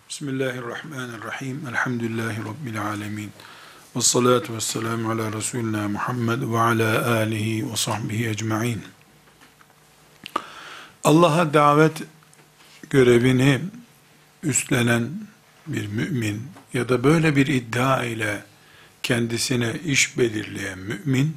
Bismillahirrahmanirrahim. Elhamdülillahi Rabbil alemin. Ve salatu ve selamu ala Resulina Muhammed ve ala alihi ve sahbihi ecma'in. Allah'a davet görevini üstlenen bir mümin ya da böyle bir iddia ile kendisine iş belirleyen mümin,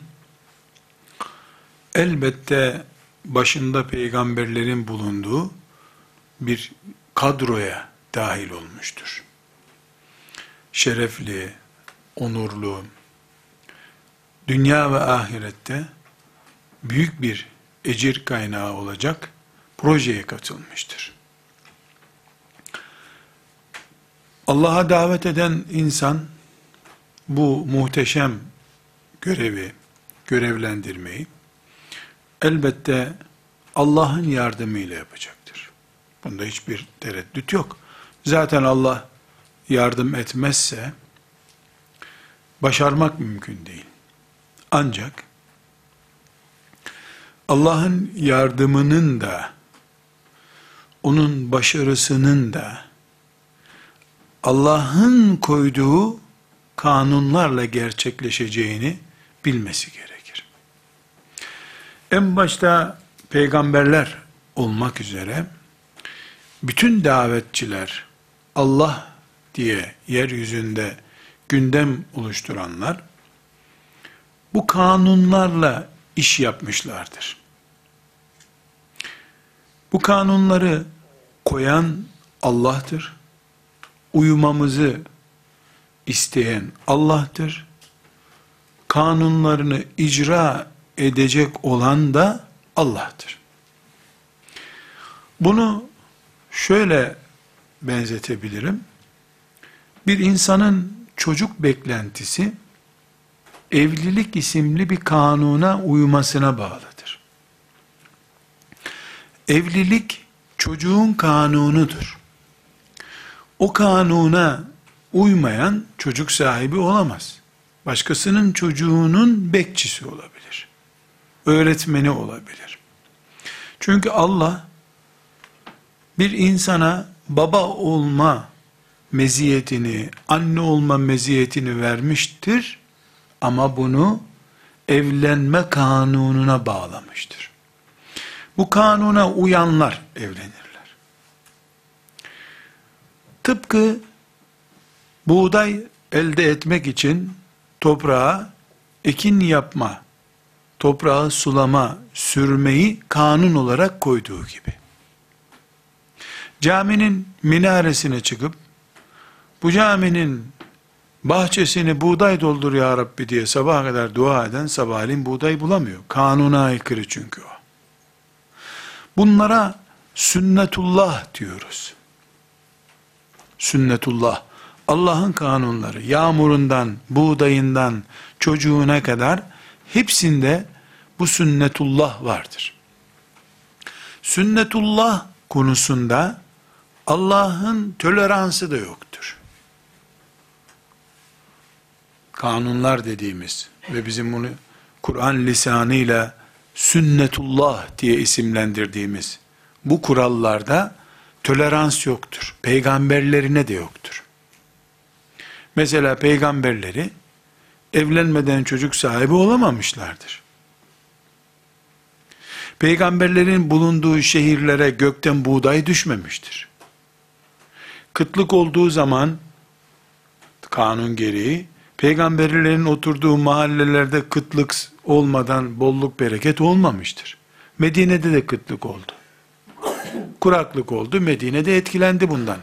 elbette başında peygamberlerin bulunduğu bir kadroya dahil olmuştur. Şerefli, onurlu, dünya ve ahirette büyük bir ecir kaynağı olacak projeye katılmıştır. Allah'a davet eden insan bu muhteşem görevi, görevlendirmeyi elbette Allah'ın yardımıyla yapacaktır. Bunda hiçbir tereddüt yok. Zaten Allah yardım etmezse başarmak mümkün değil. Ancak Allah'ın yardımının da onun başarısının da Allah'ın koyduğu kanunlarla gerçekleşeceğini bilmesi gerekir. En başta peygamberler olmak üzere bütün davetçiler, Allah diye yeryüzünde gündem oluşturanlar bu kanunlarla iş yapmışlardır. Bu kanunları koyan Allah'tır. Uymamızı isteyen Allah'tır. Kanunlarını icra edecek olan da Allah'tır. Bunu şöyle benzetebilirim. Bir insanın çocuk beklentisi, evlilik isimli bir kanuna uymasına bağlıdır. Evlilik, çocuğun kanunudur. O kanuna uymayan çocuk sahibi olamaz. Başkasının çocuğunun bekçisi olabilir. Öğretmeni olabilir. Çünkü Allah, bir insana baba olma meziyetini, anne olma meziyetini vermiştir ama bunu evlenme kanununa bağlamıştır. Bu kanuna uyanlar evlenirler. Tıpkı buğday elde etmek için toprağa ekin yapma, toprağı sulama, sürmeyi kanun olarak koyduğu gibi. Caminin minaresine çıkıp, bu caminin bahçesini buğday doldur ya Rabbi diye sabaha kadar dua eden sabahleyin buğday bulamıyor. Kanuna aykırı çünkü o. Bunlara sünnetullah diyoruz. Sünnetullah, Allah'ın kanunları, yağmurundan, buğdayından, çocuğuna kadar hepsinde bu sünnetullah vardır. Sünnetullah konusunda Allah'ın toleransı da yoktur. Kanunlar dediğimiz ve bizim bunu Kur'an lisanıyla sünnetullah diye isimlendirdiğimiz bu kurallarda tolerans yoktur. Peygamberlerine de yoktur. Mesela peygamberleri evlenmeden çocuk sahibi olamamışlardır. Peygamberlerin bulunduğu şehirlere gökten buğday düşmemiştir. Kıtlık olduğu zaman kanun gereği peygamberlerin oturduğu mahallelerde kıtlık olmadan bolluk bereket olmamıştır. Medine'de de kıtlık oldu. Kuraklık oldu. Medine'de etkilendi bundan.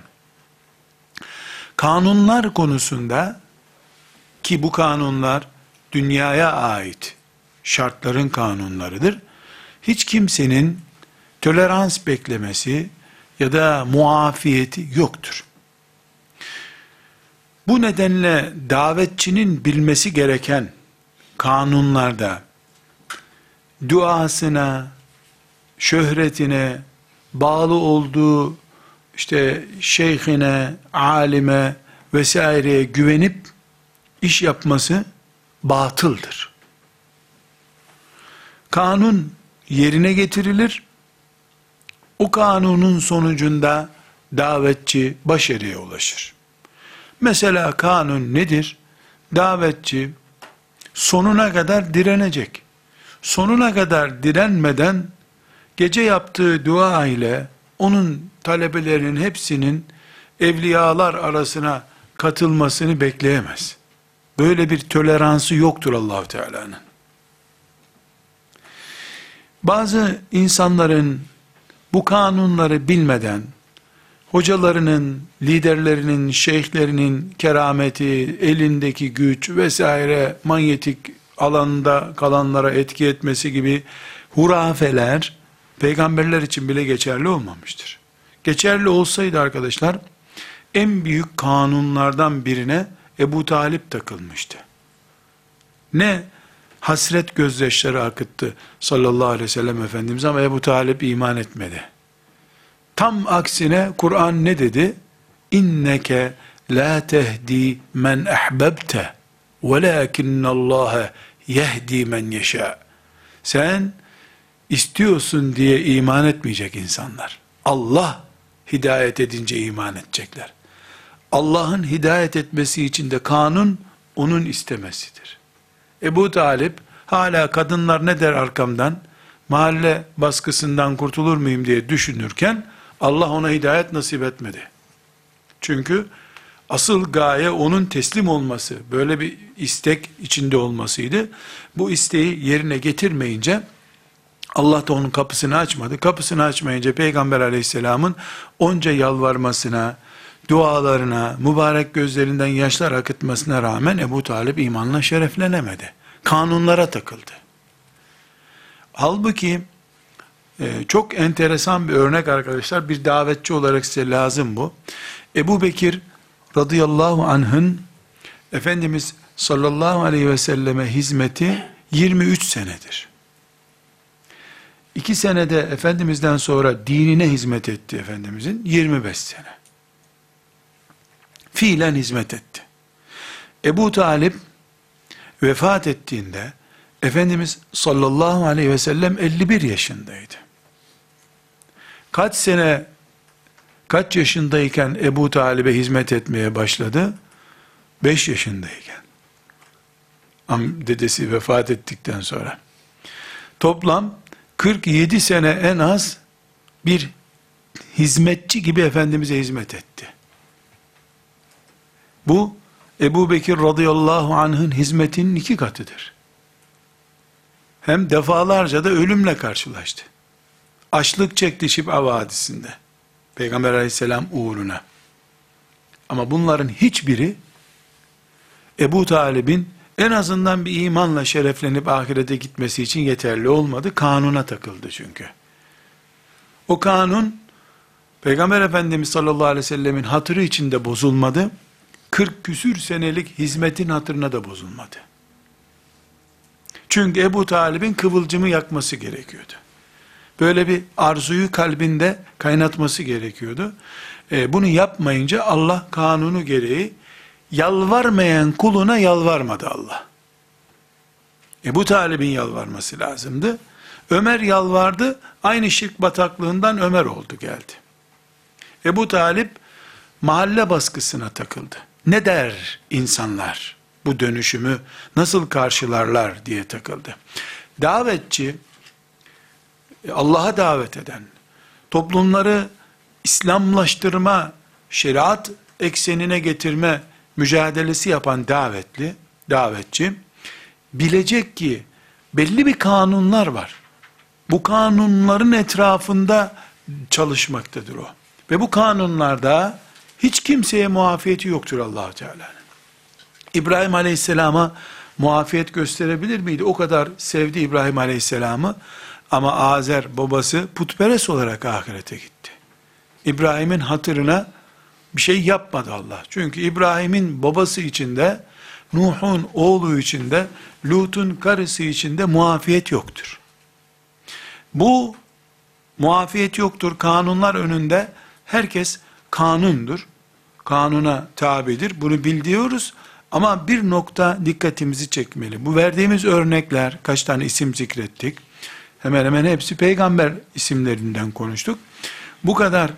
Kanunlar konusunda ki bu kanunlar dünyaya ait şartların kanunlarıdır. Hiç kimsenin tolerans beklemesi ya da muafiyeti yoktur. Bu nedenle davetçinin bilmesi gereken kanunlarda duasına, şöhretine, bağlı olduğu işte şeyhine, alime vesaireye güvenip iş yapması batıldır. Kanun yerine getirilir. O kanunun sonucunda davetçi başarıya ulaşır. Mesela kanun nedir? Davetçi sonuna kadar direnecek. Sonuna kadar direnmeden gece yaptığı dua ile onun talebelerinin hepsinin evliyalar arasına katılmasını bekleyemez. Böyle bir toleransı yoktur Allah-u Teala'nın. Bazı insanların bu kanunları bilmeden, hocalarının, liderlerinin, şeyhlerinin kerameti, elindeki güç vesaire, manyetik alanda kalanlara etki etmesi gibi hurafeler, peygamberler için bile geçerli olmamıştır. Geçerli olsaydı arkadaşlar, en büyük kanunlardan birine Ebu Talip takılmıştı. Ne hasret gözyaşları akıttı sallallahu aleyhi ve sellem Efendimiz, ama Ebu Talip iman etmedi. Tam aksine Kur'an ne dedi? İnneke la tehdi men ahbabte velakinnallâhe yehdi men yeşâ. Sen istiyorsun diye iman etmeyecek insanlar. Allah hidayet edince iman edecekler. Allah'ın hidayet etmesi için de kanun onun istemesidir. Ebu Talip hala kadınlar ne der arkamdan, mahalle baskısından kurtulur muyum diye düşünürken Allah ona hidayet nasip etmedi. Çünkü asıl gaye onun teslim olması, böyle bir istek içinde olmasıydı. Bu isteği yerine getirmeyince Allah da onun kapısını açmadı. Kapısını açmayınca Peygamber aleyhisselamın onca yalvarmasına, dualarına, mübarek gözlerinden yaşlar akıtmasına rağmen Ebu Talip imanla şereflenemedi. Kanunlara takıldı. Halbuki çok enteresan bir örnek arkadaşlar, bir davetçi olarak size lazım bu. Ebu Bekir radıyallahu anh'ın Efendimiz sallallahu aleyhi ve selleme hizmeti 23 senedir. 2 senede Efendimiz'den sonra dinine hizmet etti Efendimiz'in, 25 sene. Fiilen hizmet etti. Ebu Talip vefat ettiğinde Efendimiz sallallahu aleyhi ve sellem 51 yaşındaydı. Kaç yaşındayken Ebu Talib'e hizmet etmeye başladı? 5 yaşındayken. Dedesi vefat ettikten sonra. Toplam 47 sene en az bir hizmetçi gibi Efendimiz'e hizmet etti. Bu Ebu Bekir radıyallahu anh'ın hizmetinin 2 katıdır. Hem defalarca da ölümle karşılaştı. Açlık çekti Şib'a Vadisi'nde. Peygamber aleyhisselam uğruna. Ama bunların hiçbiri Ebu Talib'in en azından bir imanla şereflenip ahirete gitmesi için yeterli olmadı. Kanuna takıldı çünkü. O kanun Peygamber Efendimiz sallallahu aleyhi ve sellemin hatırı için de bozulmadı. 40 küsür senelik hizmetin hatırına da bozulmadı. Çünkü Ebu Talib'in kıvılcımı yakması gerekiyordu. Böyle bir arzuyu kalbinde kaynatması gerekiyordu. Bunu yapmayınca Allah kanunu gereği yalvarmayan kuluna yalvarmadı Allah. Ebu Talib'in yalvarması lazımdı. Ömer yalvardı, aynı şirk bataklığından Ömer oldu geldi. Ebu Talip mahalle baskısına takıldı. Ne der insanlar? Bu dönüşümü nasıl karşılarlar diye takıldı. Davetçi, Allah'a davet eden, toplumları İslamlaştırma, şeriat eksenine getirme mücadelesi yapan davetçi, bilecek ki belli bir kanunlar var. Bu kanunların etrafında çalışmaktadır o. Ve bu kanunlarda hiç kimseye muafiyeti yoktur Allah-u Teala'nın. İbrahim Aleyhisselam'a muafiyet gösterebilir miydi? O kadar sevdi İbrahim Aleyhisselam'ı, ama Azer babası putperest olarak ahirete gitti. İbrahim'in hatırına bir şey yapmadı Allah. Çünkü İbrahim'in babası içinde, Nuh'un oğlu içinde, Lut'un karısı içinde muafiyet yoktur. Bu muafiyet yoktur. Kanunlar önünde herkes kanundur. Kanuna tabidir. Bunu biliyoruz. Ama bir nokta dikkatimizi çekmeli. Bu verdiğimiz örnekler, kaç tane isim zikrettik. Hemen hemen hepsi peygamber isimlerinden konuştuk. Bu kadar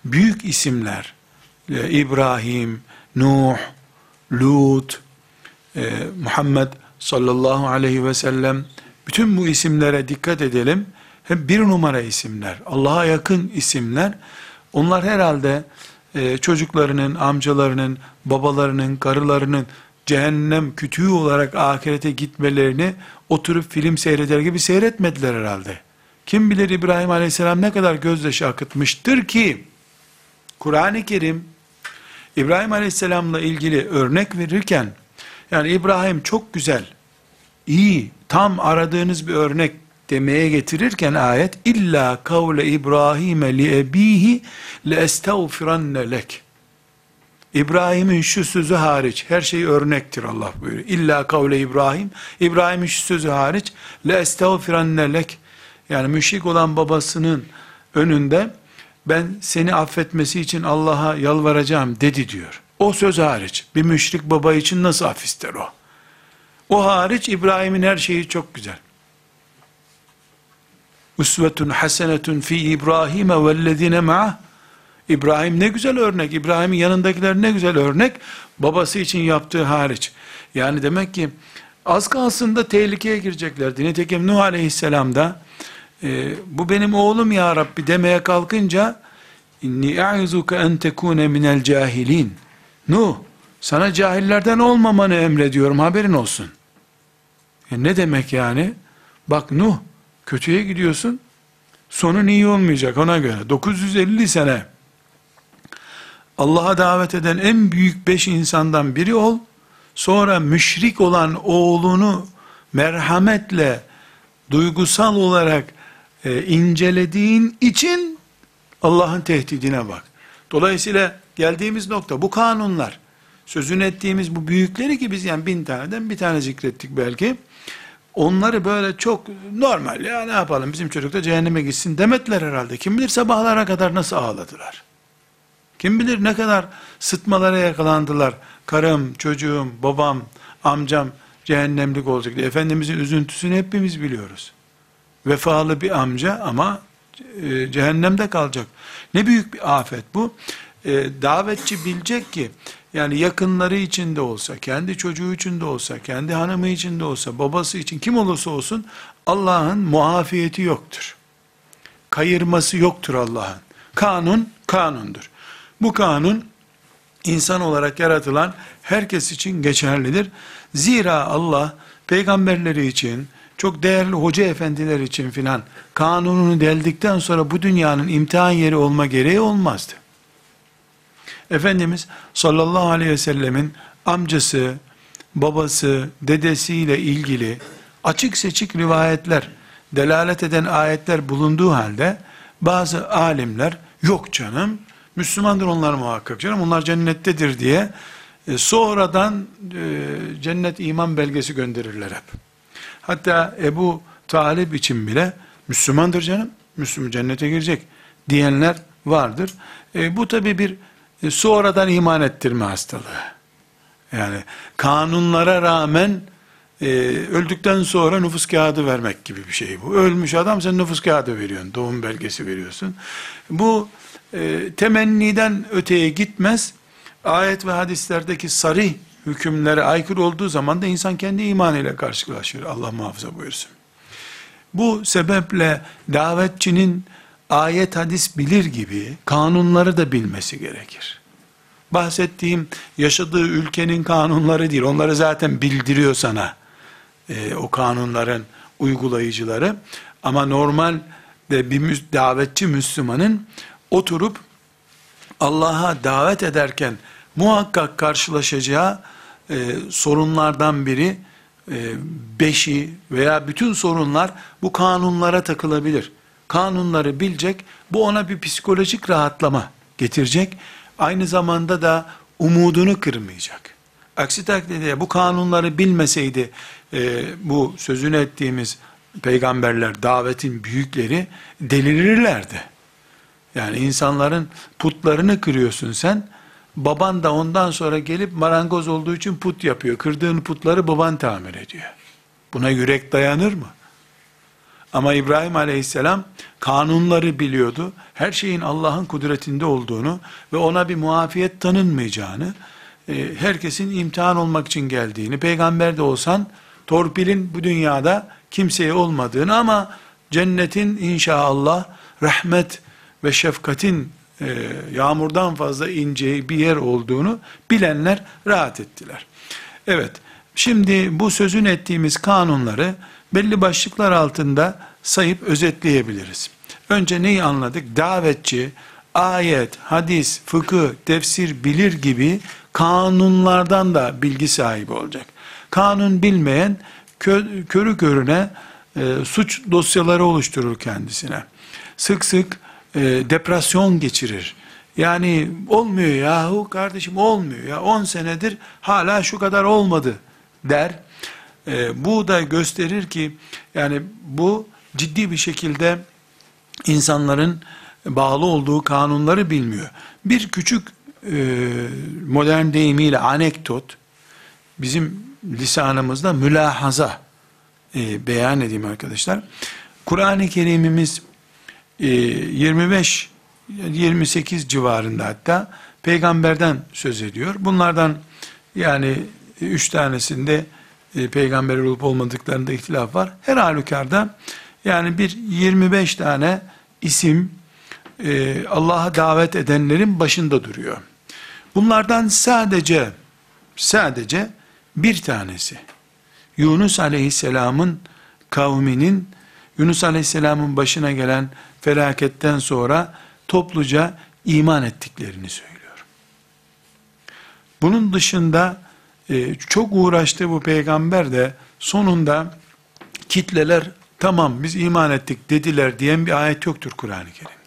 büyük isimler, İbrahim, Nuh, Lut, Muhammed sallallahu aleyhi ve sellem, bütün bu isimlere dikkat edelim. Hep bir numara isimler, Allah'a yakın isimler. Onlar herhalde çocuklarının, amcalarının, babalarının, karılarının cehennem kütüğü olarak ahirete gitmelerini oturup film seyreder gibi seyretmediler herhalde. Kim bilir İbrahim Aleyhisselam ne kadar gözyaşı akıtmıştır ki, Kur'an-ı Kerim İbrahim Aleyhisselam'la ilgili örnek verirken, yani İbrahim çok güzel, iyi, tam aradığınız bir örnek demeye getirirken ayet, illa kavle İbrahim'e li ebihi le estağfirenne lek. İbrahim'in şu sözü hariç, her şey örnektir Allah buyuruyor. İlla kavle İbrahim, İbrahim'in şu sözü hariç, le estağfirenne lek. Yani müşrik olan babasının önünde, ben seni affetmesi için Allah'a yalvaracağım dedi diyor. O söz hariç, bir müşrik baba için nasıl af ister o? O hariç İbrahim'in her şeyi çok güzel. Usvetun hasenetun fi İbrahim'e vellezine ma'ah. İbrahim ne güzel örnek. İbrahim'in yanındakiler ne güzel örnek. Babası için yaptığı hariç. Yani demek ki az kalsın da tehlikeye gireceklerdi. Nitekim Nuh Aleyhisselam da bu benim oğlum ya Rabbi demeye kalkınca inni a'uzuke en tekune minel cahilin. Nuh, sana cahillerden olmamanı emrediyorum, haberin olsun. Ne demek yani? Bak Nuh, kötüye gidiyorsun, sonun iyi olmayacak ona göre. 950 sene Allah'a davet eden en büyük 5 insandan biri ol, sonra müşrik olan oğlunu merhametle, duygusal olarak incelediğin için Allah'ın tehdidine bak. Dolayısıyla geldiğimiz nokta, bu kanunlar, sözünü ettiğimiz bu büyükleri ki biz yani 1000 taneden bir tane zikrettik belki, onları böyle çok normal, ya ne yapalım bizim çocuk da cehenneme gitsin demediler herhalde. Kim bilir sabahlara kadar nasıl ağladılar. Kim bilir ne kadar sıtmalara yakalandılar. Karım, çocuğum, babam, amcam cehennemlik olacak diye. Efendimizin üzüntüsünü hepimiz biliyoruz. Vefalı bir amca ama cehennemde kalacak. Ne büyük bir afet bu. Davetçi bilecek ki, yani yakınları için de olsa, kendi çocuğu için de olsa, kendi hanımı için de olsa, babası için kim olursa olsun, Allah'ın muafiyeti yoktur. Kayırması yoktur Allah'ın. Kanun, kanundur. Bu kanun, insan olarak yaratılan herkes için geçerlidir. Zira Allah, peygamberleri için, çok değerli hoca efendiler için filan, kanununu deldikten sonra bu dünyanın imtihan yeri olma gereği olmazdı. Efendimiz sallallahu aleyhi ve sellemin amcası, babası, dedesiyle ilgili açık seçik rivayetler, delalet eden ayetler bulunduğu halde, bazı alimler, yok canım, Müslümandır onlar muhakkak canım, onlar cennettedir diye, sonradan cennet iman belgesi gönderirler hep. Hatta Ebu Talib için bile, Müslümandır canım, Müslüman cennete girecek diyenler vardır. Bu tabi bir sonradan iman ettirme hastalığı. Yani kanunlara rağmen öldükten sonra nüfus kağıdı vermek gibi bir şey bu. Ölmüş adam, sen nüfus kağıdı veriyorsun, doğum belgesi veriyorsun. Bu temenniden öteye gitmez. Ayet ve hadislerdeki sarih hükümlere aykırı olduğu zaman da insan kendi imanıyla karşılaşır. Allah muhafaza buyursun. Bu sebeple davetçinin ayet hadis bilir gibi kanunları da bilmesi gerekir. Bahsettiğim yaşadığı ülkenin kanunları değil, onları zaten bildiriyor sana o kanunların uygulayıcıları. Ama normal de bir davetçi Müslümanın oturup Allah'a davet ederken muhakkak karşılaşacağı sorunlardan biri, 5'i veya bütün sorunlar bu kanunlara takılabilir. Kanunları bilecek, bu ona bir psikolojik rahatlama getirecek. Aynı zamanda da umudunu kırmayacak. Aksi takdirde bu kanunları bilmeseydi, bu sözünü ettiğimiz peygamberler, davetin büyükleri delirirlerdi. Yani insanların putlarını kırıyorsun sen, baban da ondan sonra gelip marangoz olduğu için put yapıyor. Kırdığın putları baban tamir ediyor. Buna yürek dayanır mı? Ama İbrahim aleyhisselam kanunları biliyordu. Her şeyin Allah'ın kudretinde olduğunu ve ona bir muafiyet tanınmayacağını, herkesin imtihan olmak için geldiğini, peygamber de olsan torpilin bu dünyada kimseye olmadığını ama cennetin inşallah rahmet ve şefkatin yağmurdan fazla ineceği bir yer olduğunu bilenler rahat ettiler. Evet, şimdi bu sözünü ettiğimiz kanunları belli başlıklar altında sayıp özetleyebiliriz. Önce neyi anladık? Davetçi, ayet, hadis, fıkıh, tefsir bilir gibi kanunlardan da bilgi sahibi olacak. Kanun bilmeyen körü körüne suç dosyaları oluşturur kendisine. Sık sık depresyon geçirir. Yani olmuyor yahu kardeşim, olmuyor ya, 10 senedir hala şu kadar olmadı der. Bu da gösterir ki yani bu ciddi bir şekilde insanların bağlı olduğu kanunları bilmiyor. Bir küçük modern deyimiyle anekdot, bizim lisanımızda mülahaza beyan edeyim arkadaşlar. Kur'an-ı Kerim'imiz 25-28 civarında hatta peygamberden söz ediyor. Bunlardan yani 3 tanesinde peygamber olup olmadıklarında ihtilaf var. Her halükarda yani bir 25 tane isim Allah'a davet edenlerin başında duruyor. Bunlardan sadece bir tanesi Yunus Aleyhisselam'ın kavminin Yunus Aleyhisselam'ın başına gelen felaketten sonra topluca iman ettiklerini söylüyor. Bunun dışında çok uğraştı bu peygamber de sonunda kitleler tamam biz iman ettik dediler diyen bir ayet yoktur Kur'an-ı Kerim'de.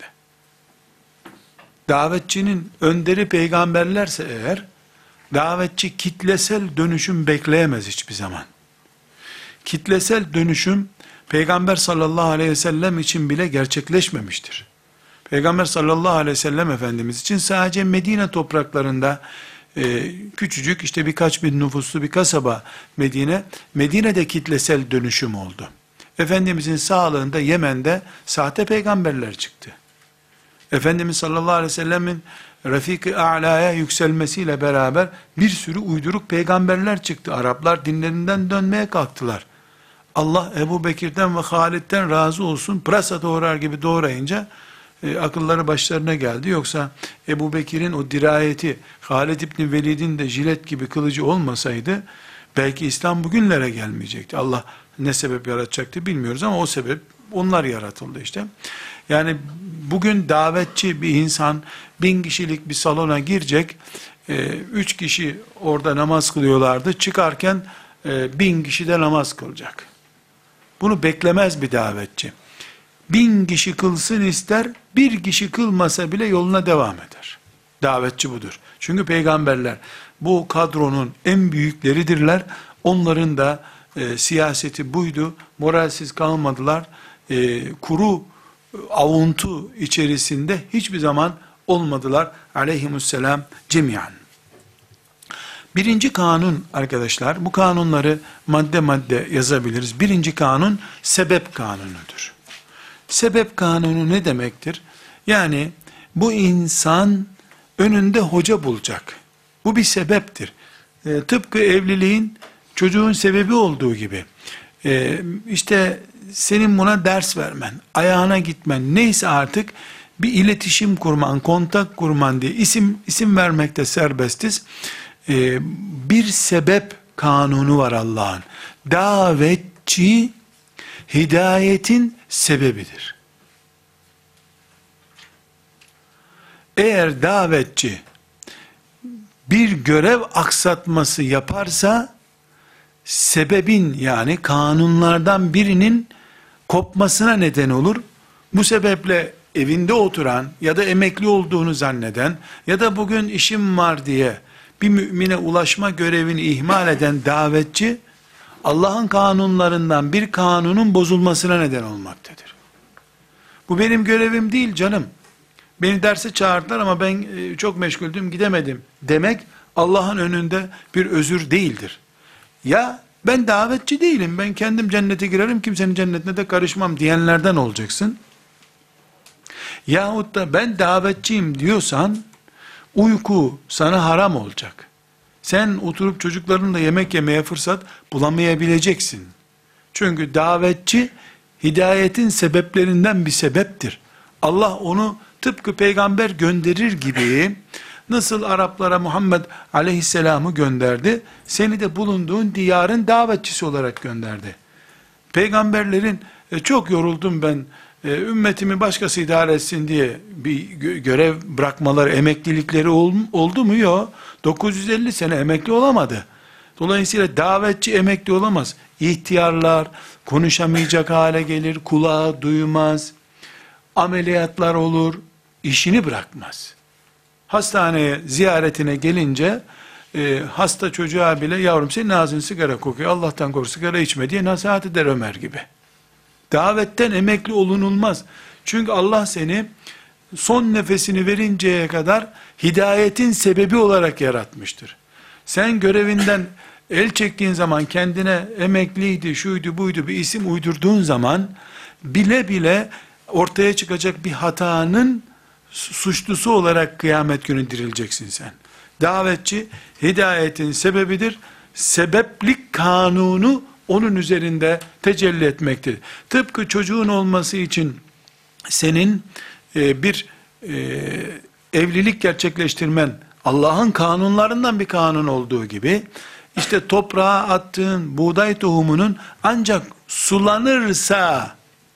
Davetçinin önderi peygamberlerse eğer, davetçi kitlesel dönüşüm bekleyemez hiçbir zaman. Kitlesel dönüşüm Peygamber sallallahu aleyhi ve sellem için bile gerçekleşmemiştir. Peygamber sallallahu aleyhi ve sellem Efendimiz için sadece Medine topraklarında küçücük işte birkaç bin nüfuslu bir kasaba Medine'de kitlesel dönüşüm oldu. Efendimizin sağlığında Yemen'de sahte peygamberler çıktı. Efendimiz sallallahu aleyhi ve sellemin Refik-i A'la'ya yükselmesiyle beraber bir sürü uyduruk peygamberler çıktı. Araplar dinlerinden dönmeye kalktılar. Allah Ebu Bekir'den ve Halid'den razı olsun, pırasa doğrar gibi doğrayınca akılları başlarına geldi. Yoksa Ebu Bekir'in o dirayeti, Halid İbni Velid'in de jilet gibi kılıcı olmasaydı, belki İslam bugünlere gelmeyecekti. Allah ne sebep yaratacaktı bilmiyoruz ama o sebep onlar yaratıldı işte. Yani bugün davetçi bir insan 1000 kişilik bir salona girecek, 3 kişi orada namaz kılıyorlardı, çıkarken 1000 kişi de namaz kılacak. Bunu beklemez bir davetçi. 1000 kişi kılsın ister, bir kişi kılmasa bile yoluna devam eder. Davetçi budur. Çünkü peygamberler bu kadronun en büyükleridirler. Onların da siyaseti buydu. Moralsiz kalmadılar. Kuru avuntu içerisinde hiçbir zaman olmadılar. Aleyhisselam cemiyan. Birinci kanun arkadaşlar, bu kanunları madde madde yazabiliriz. Birinci kanun sebep kanunudur. Sebep kanunu ne demektir? Yani bu insan önünde hoca bulacak. Bu bir sebeptir. Tıpkı evliliğin çocuğun sebebi olduğu gibi. İşte senin buna ders vermen, ayağına gitmen, neyse artık bir iletişim kurman, kontak kurman diye isim vermekte serbestiz. Bir sebep kanunu var Allah'ın. Davetçi hidayetin sebebidir. Eğer davetçi bir görev aksatması yaparsa sebebin yani kanunlardan birinin kopmasına neden olur. Bu sebeple evinde oturan ya da emekli olduğunu zanneden ya da bugün işim var diye bir mümine ulaşma görevini ihmal eden davetçi Allah'ın kanunlarından bir kanunun bozulmasına neden olmaktadır. Bu benim görevim değil canım. Beni derse çağırdılar ama ben çok meşguldüm gidemedim demek Allah'ın önünde bir özür değildir. Ya Ben davetçi değilim, ben kendim cennete girerim, kimsenin cennetine de karışmam diyenlerden olacaksın. Yahut da ben davetçiyim diyorsan, uyku sana haram olacak. Sen oturup çocuklarınla yemek yemeye fırsat bulamayabileceksin. Çünkü davetçi, hidayetin sebeplerinden bir sebeptir. Allah onu tıpkı peygamber gönderir gibi, nasıl Araplara Muhammed aleyhisselamı gönderdi, seni de bulunduğun diyarın davetçisi olarak gönderdi. Peygamberlerin çok yoruldum ben, ümmetimi başkası idare etsin diye bir görev bırakmaları, emeklilikleri oldu mu? Yok. 950 sene emekli olamadı. Dolayısıyla davetçi emekli olamaz. İhtiyarlar konuşamayacak hale gelir, kulağı duymaz, ameliyatlar olur, işini bırakmaz. Hastaneye ziyaretine gelince hasta çocuğa bile, yavrum senin ağzın sigara kokuyor, Allah'tan kork sigara içme diye nasihat eder Ömer gibi. Davetten emekli olunulmaz. Çünkü Allah seni son nefesini verinceye kadar hidayetin sebebi olarak yaratmıştır. Sen görevinden el çektiğin zaman, kendine emekliydi, şuydu buydu bir isim uydurduğun zaman, bile bile ortaya çıkacak bir hatanın suçlusu olarak kıyamet günü dirileceksin sen. Davetçi hidayetin sebebidir. Sebeplik kanunu onun üzerinde tecelli etmektedir. Tıpkı çocuğun olması için senin bir evlilik gerçekleştirmen Allah'ın kanunlarından bir kanun olduğu gibi, işte toprağa attığın buğday tohumunun ancak sulanırsa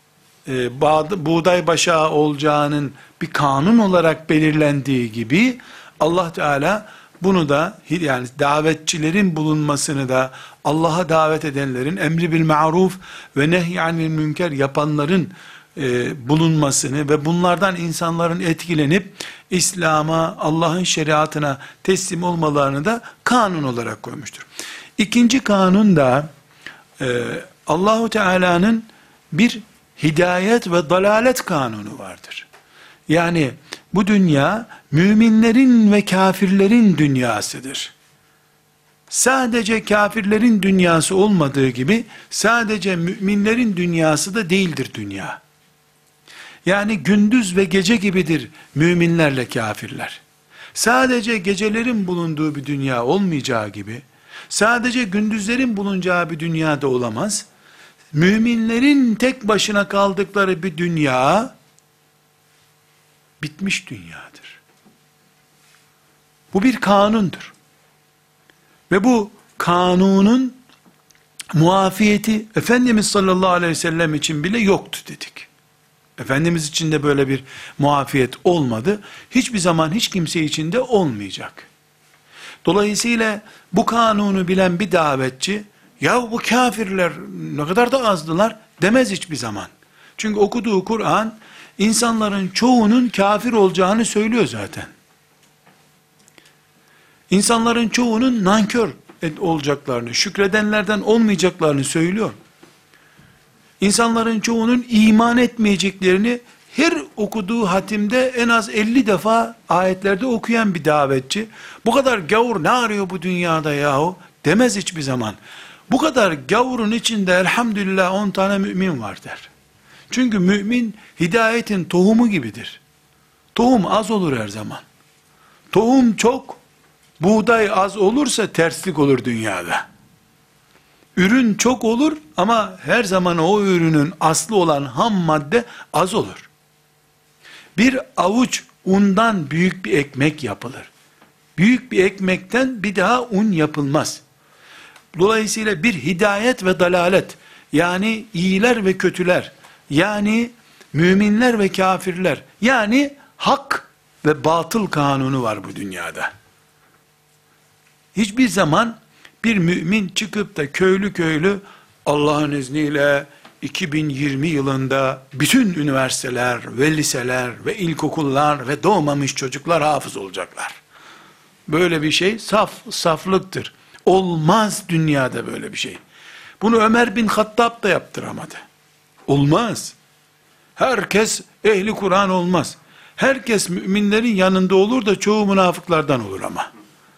buğday başağı olacağının bir kanun olarak belirlendiği gibi, Allah Teala bunu da, yani davetçilerin bulunmasını da, Allah'a davet edenlerin, emri bil ma'ruf ve nehyanil münker yapanların bulunmasını ve bunlardan insanların etkilenip İslam'a, Allah'ın şeriatına teslim olmalarını da kanun olarak koymuştur. İkinci kanun da Allahu Teala'nın bir hidayet ve dalalet kanunu vardır. Yani bu dünya müminlerin ve kafirlerin dünyasıdır. Sadece kafirlerin dünyası olmadığı gibi sadece müminlerin dünyası da değildir dünya. Yani gündüz ve gece gibidir müminlerle kafirler. Sadece gecelerin bulunduğu bir dünya olmayacağı gibi, sadece gündüzlerin bulunacağı bir dünyada olamaz. Müminlerin tek başına kaldıkları bir dünya, bitmiş dünyadır. Bu bir kanundur. Ve bu kanunun muafiyeti Efendimiz sallallahu aleyhi ve sellem için bile yoktu dedik. Efendimiz için de böyle bir muafiyet olmadı. Hiçbir zaman hiç kimse için de olmayacak. Dolayısıyla bu kanunu bilen bir davetçi, ya bu kafirler ne kadar da azdılar demez hiçbir zaman. Çünkü okuduğu Kur'an insanların çoğunun kafir olacağını söylüyor zaten. İnsanların çoğunun nankör olacaklarını, şükredenlerden olmayacaklarını söylüyor. İnsanların çoğunun iman etmeyeceklerini her okuduğu hatimde en az 50 defa ayetlerde okuyan bir davetçi, bu kadar gavur ne arıyor bu dünyada yahu demez hiçbir zaman. Bu kadar gavurun içinde elhamdülillah 10 tane mümin var der. Çünkü mümin hidayetin tohumu gibidir. Tohum az olur her zaman. Tohum çok, buğday az olursa terslik olur dünyada. Ürün çok olur ama her zaman o ürünün aslı olan ham madde az olur. Bir avuç undan büyük bir ekmek yapılır. Büyük bir ekmekten bir daha un yapılmaz. Dolayısıyla bir hidayet ve dalalet, yani iyiler ve kötüler, yani müminler ve kafirler, yani hak ve batıl kanunu var bu dünyada. Hiçbir zaman bir mümin çıkıp da köylü köylü Allah'ın izniyle 2020 yılında bütün üniversiteler ve liseler ve ilkokullar ve doğmamış çocuklar hafız olacaklar. Böyle bir şey saflıktır. Olmaz dünyada böyle bir şey. Bunu Ömer bin Hattab da yaptıramadı. Olmaz. Herkes ehli Kur'an olmaz. Herkes müminlerin yanında olur da çoğu münafıklardan olur ama.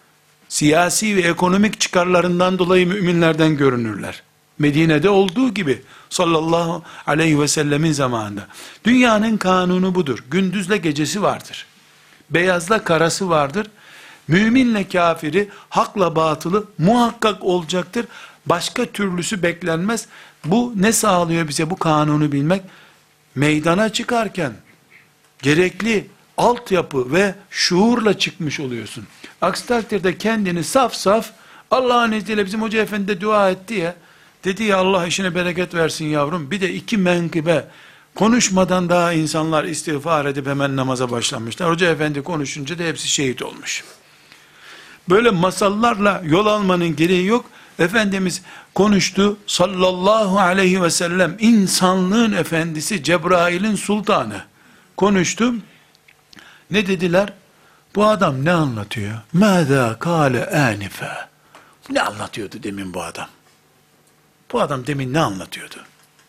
Siyasi ve ekonomik çıkarlarından dolayı müminlerden görünürler. Medine'de olduğu gibi sallallahu aleyhi ve sellemin zamanında. Dünyanın kanunu budur. Gündüzle gecesi vardır. Beyazla karası vardır. Müminle kafiri, hakla batılı muhakkak olacaktır. Başka türlüsü beklenmez. Bu ne sağlıyor bize bu kanunu bilmek? Meydana çıkarken gerekli altyapı ve şuurla çıkmış oluyorsun. Aksi takdirde kendini saf saf, Allah'ın izniyle bizim hoca efendi de dua etti ya, dedi ya Allah işine bereket versin yavrum, bir de 2 menkıbe konuşmadan daha insanlar istiğfar edip hemen namaza başlamışlar. Hoca efendi konuşunca da hepsi şehit olmuş. Böyle masallarla yol almanın gereği yok. Efendimiz konuştu sallallahu aleyhi ve sellem, insanlığın efendisi, Cebrail'in sultanı konuştu. Ne dediler? Bu adam ne anlatıyor? Mâzâ kâle ânife. Ne anlatıyordu demin bu adam? Bu adam demin ne anlatıyordu?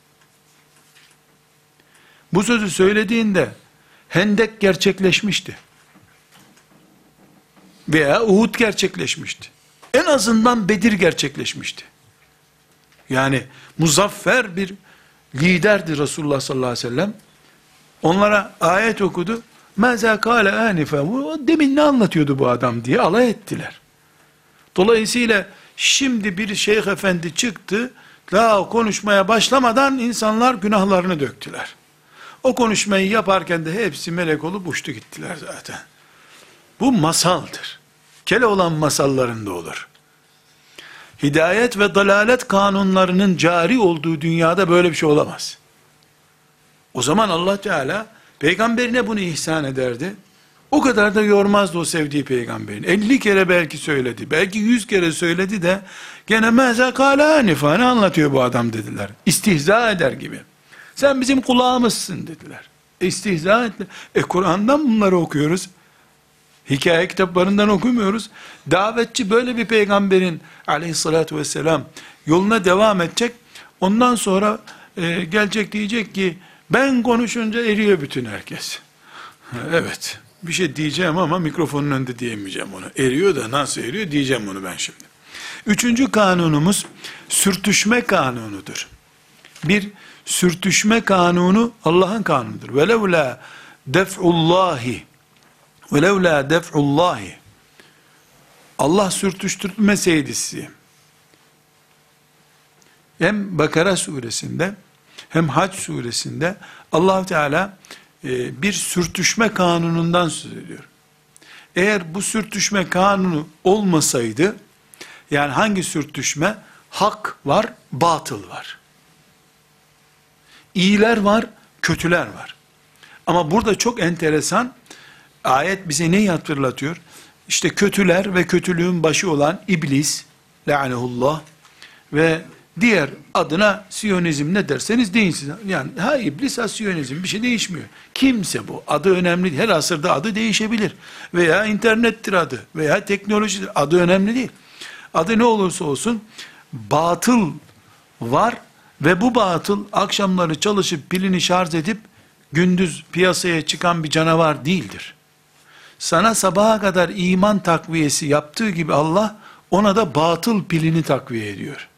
Bu sözü söylediğinde Hendek gerçekleşmişti. Veya Uhud gerçekleşmişti. En azından Bedir gerçekleşmişti. Yani muzaffer bir liderdi Resulullah sallallahu aleyhi ve sellem. Onlara ayet okudu. Mâzâ kâle ânife. Demin ne anlatıyordu bu adam diye alay ettiler. Dolayısıyla şimdi bir şeyh efendi çıktı. Daha konuşmaya başlamadan insanlar günahlarını döktüler. O konuşmayı yaparken de hepsi melek olup uçtu gittiler zaten. Bu masaldır. Keloğlan masallarında olur. Hidayet ve dalalet kanunlarının cari olduğu dünyada böyle bir şey olamaz. O zaman Allah Teala peygamberine bunu ihsan ederdi. O kadar da yormazdı o sevdiği peygamberin. 50 kere belki söyledi. Belki 100 kere söyledi de gene mâzâ kâle ânife, ne anlatıyor bu adam dediler. İstihza eder gibi. Sen bizim kulağımızsın dediler. İstihza ettiler. Kur'an'dan bunları okuyoruz. Hikaye kitaplarından okumuyoruz. Davetçi böyle bir peygamberin aleyhissalatü vesselam yoluna devam edecek. Ondan sonra gelecek diyecek ki ben konuşunca eriyor bütün herkes. Evet, bir şey diyeceğim ama mikrofonun önünde diyemeyeceğim onu. Eriyor da nasıl eriyor diyeceğim onu ben şimdi. 3. kanunumuz sürtüşme kanunudur. Bir sürtüşme kanunu Allah'ın kanunudur. Velevla def'ullahi velevla def'ullahi, Allah sürtüştürmeseydi sizi, hem Bakara suresinde hem Hac suresinde Allah Teala bir sürtüşme kanunundan söz ediyor. Eğer bu sürtüşme kanunu olmasaydı, yani hangi sürtüşme? Hak var, batıl var. İyiler var, kötüler var. Ama burada çok enteresan, ayet bize neyi hatırlatıyor? İşte kötüler ve kötülüğün başı olan iblis, la'anehullah, ve diğer adına Siyonizm ne derseniz deyin siz. Yani ha iblis ha Siyonizm, bir şey değişmiyor. Kimse bu, adı önemli değil. Her asırda adı değişebilir. Veya internettir adı, veya teknolojidir, adı önemli değil. Adı ne olursa olsun batıl var ve bu batıl akşamları çalışıp pilini şarj edip gündüz piyasaya çıkan bir canavar değildir. Sana sabaha kadar iman takviyesi yaptığı gibi Allah ona da batıl pilini takviye ediyor.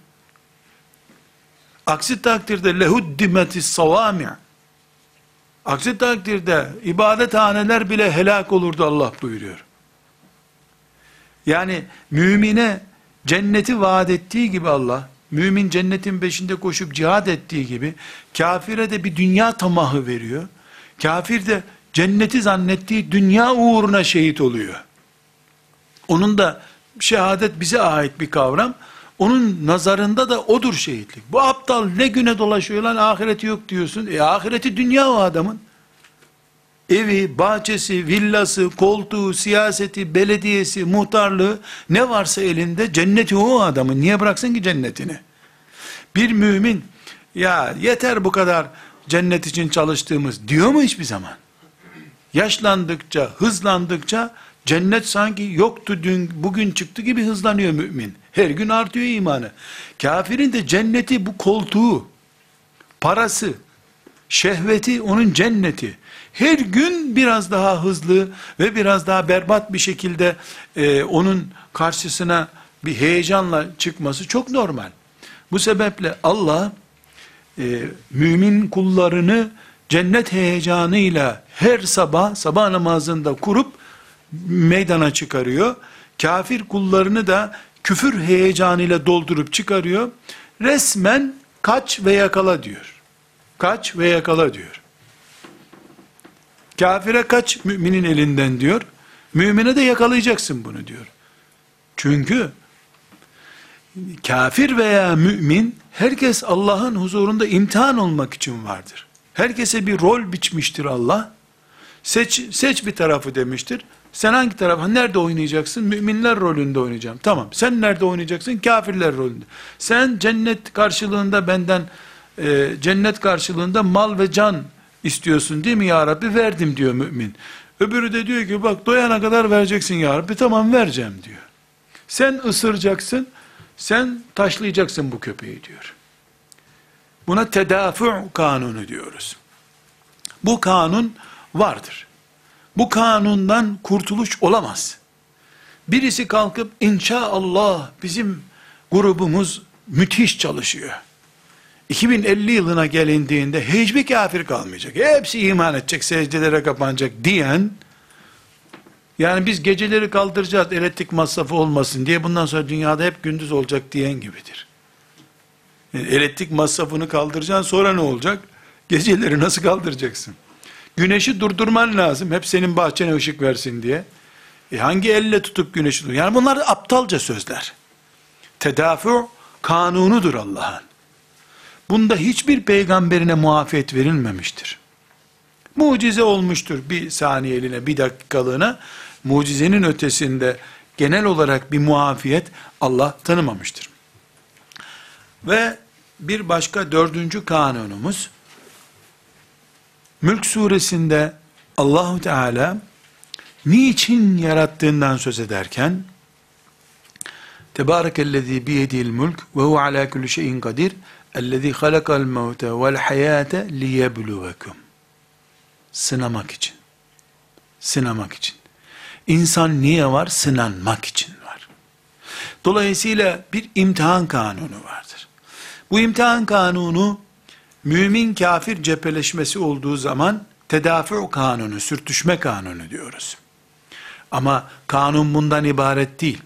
Aksi takdirde lehuddimetis savami'. Aksi takdirde ibadethaneler bile helak olurdu Allah buyuruyor. Yani mümine cenneti vaat ettiği gibi Allah, mümin cennetin peşinde koşup cihad ettiği gibi, kafire de bir dünya tamahı veriyor. Kafir de cenneti zannettiği dünya uğruna şehit oluyor. Onun da şehadet bize ait bir kavram. Onun nazarında da odur şehitlik. Bu aptal ne güne dolaşıyor lan, ahireti yok diyorsun. Ahireti dünya o adamın. Evi, bahçesi, villası, koltuğu, siyaseti, belediyesi, muhtarlığı, ne varsa elinde cenneti o adamın. Niye bıraksın ki cennetini? Bir mümin, ya yeter bu kadar cennet için çalıştığımız diyor mu hiçbir zaman? Yaşlandıkça, hızlandıkça cennet sanki yoktu dün, bugün çıktı gibi hızlanıyor mümin. Her gün artıyor imanı. Kafirin de cenneti bu koltuğu, parası, Şehveti onun cenneti. Her gün biraz daha hızlı ve biraz daha berbat bir şekilde onun karşısına bir heyecanla çıkması çok normal. Bu sebeple Allah mümin kullarını cennet heyecanıyla her sabah namazında kurup meydana çıkarıyor. Kafir kullarını da küfür heyecanıyla doldurup çıkarıyor. Resmen kaç ve yakala diyor. Kaç ve yakala diyor. Kafire kaç müminin elinden diyor. Mümine de yakalayacaksın bunu diyor. Çünkü kafir veya mümin, herkes Allah'ın huzurunda imtihan olmak için vardır. Herkese bir rol biçmiştir Allah. Seç bir tarafı demiştir. Sen hangi tarafa, nerede oynayacaksın? Müminler rolünde oynayacağım. Tamam. Sen nerede oynayacaksın? Kafirler rolünde. Sen cennet karşılığında benden, cennet karşılığında mal ve can istiyorsun değil mi ya Rabbi? Verdim diyor mümin. Öbürü de diyor ki bak doyana kadar vereceksin ya Rabbi. Tamam vereceğim diyor. Sen ısıracaksın, sen taşlayacaksın bu köpeği diyor. Buna tedafü kanunu diyoruz. Bu kanun vardır. Bu kanundan kurtuluş olamaz. Birisi kalkıp inşallah bizim grubumuz müthiş çalışıyor. 2050 yılına gelindiğinde hiçbir kafir kalmayacak. Hepsi iman edecek, secdelere kapanacak diyen, yani biz geceleri kaldıracağız elektrik masrafı olmasın diye, bundan sonra dünyada hep gündüz olacak diyen gibidir. Yani elektrik masrafını kaldıracaksın, sonra ne olacak? Geceleri nasıl kaldıracaksın? Güneşi durdurman lazım, hep senin bahçene ışık versin diye. Hangi elle tutup güneşi durdur? Yani bunlar aptalca sözler. Tedafü kanunudur Allah'ın. Bunda hiçbir peygamberine muafiyet verilmemiştir. Mucize olmuştur bir saniyeliğine, bir dakikalığına. Mucizenin ötesinde genel olarak bir muafiyet Allah tanımamıştır. Ve bir başka dördüncü kanunumuz, Mülk suresinde Allahu Teala niçin yarattığından söz ederken, Tebârekellezî biyedihil mülk ve huve alâ kulli şeyin kadir ellezî halakal mevte vel hayâte liyebluvekum. Sınamak için. Sınamak için. İnsan niye var? Sınanmak için var. Dolayısıyla bir imtihan kanunu vardır. Bu imtihan kanunu, mümin kafir cepheleşmesi olduğu zaman tedafü kanunu, sürtüşme kanunu diyoruz. Ama kanun bundan ibaret değil.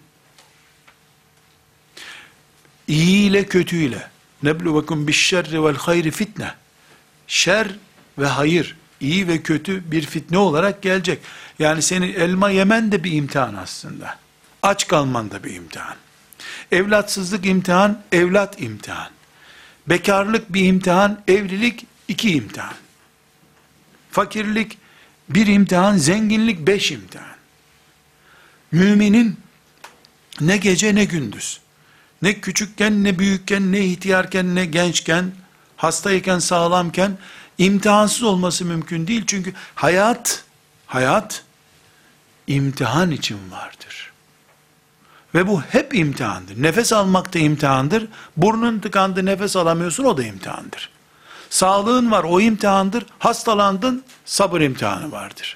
İyi ile kötüyle, nebluvekum bişşerri vel hayri fitne. Şer ve hayır, iyi ve kötü bir fitne olarak gelecek. Yani senin elma yemen de bir imtihan aslında. Aç kalman da bir imtihan. Evlatsızlık imtihan, evlat imtihan. Bekarlık bir imtihan, evlilik iki imtihan. Fakirlik bir imtihan, zenginlik 5 imtihan. Müminin ne gece ne gündüz, ne küçükken ne büyükken, ne ihtiyarken ne gençken, hastayken sağlamken imtihansız olması mümkün değil. Çünkü hayat imtihan için vardır. Ve bu hep imtihandır. Nefes almak da imtihandır. Burnun tıkandı, nefes alamıyorsun, o da imtihandır. Sağlığın var, o imtihandır. Hastalandın, sabır imtihanı vardır.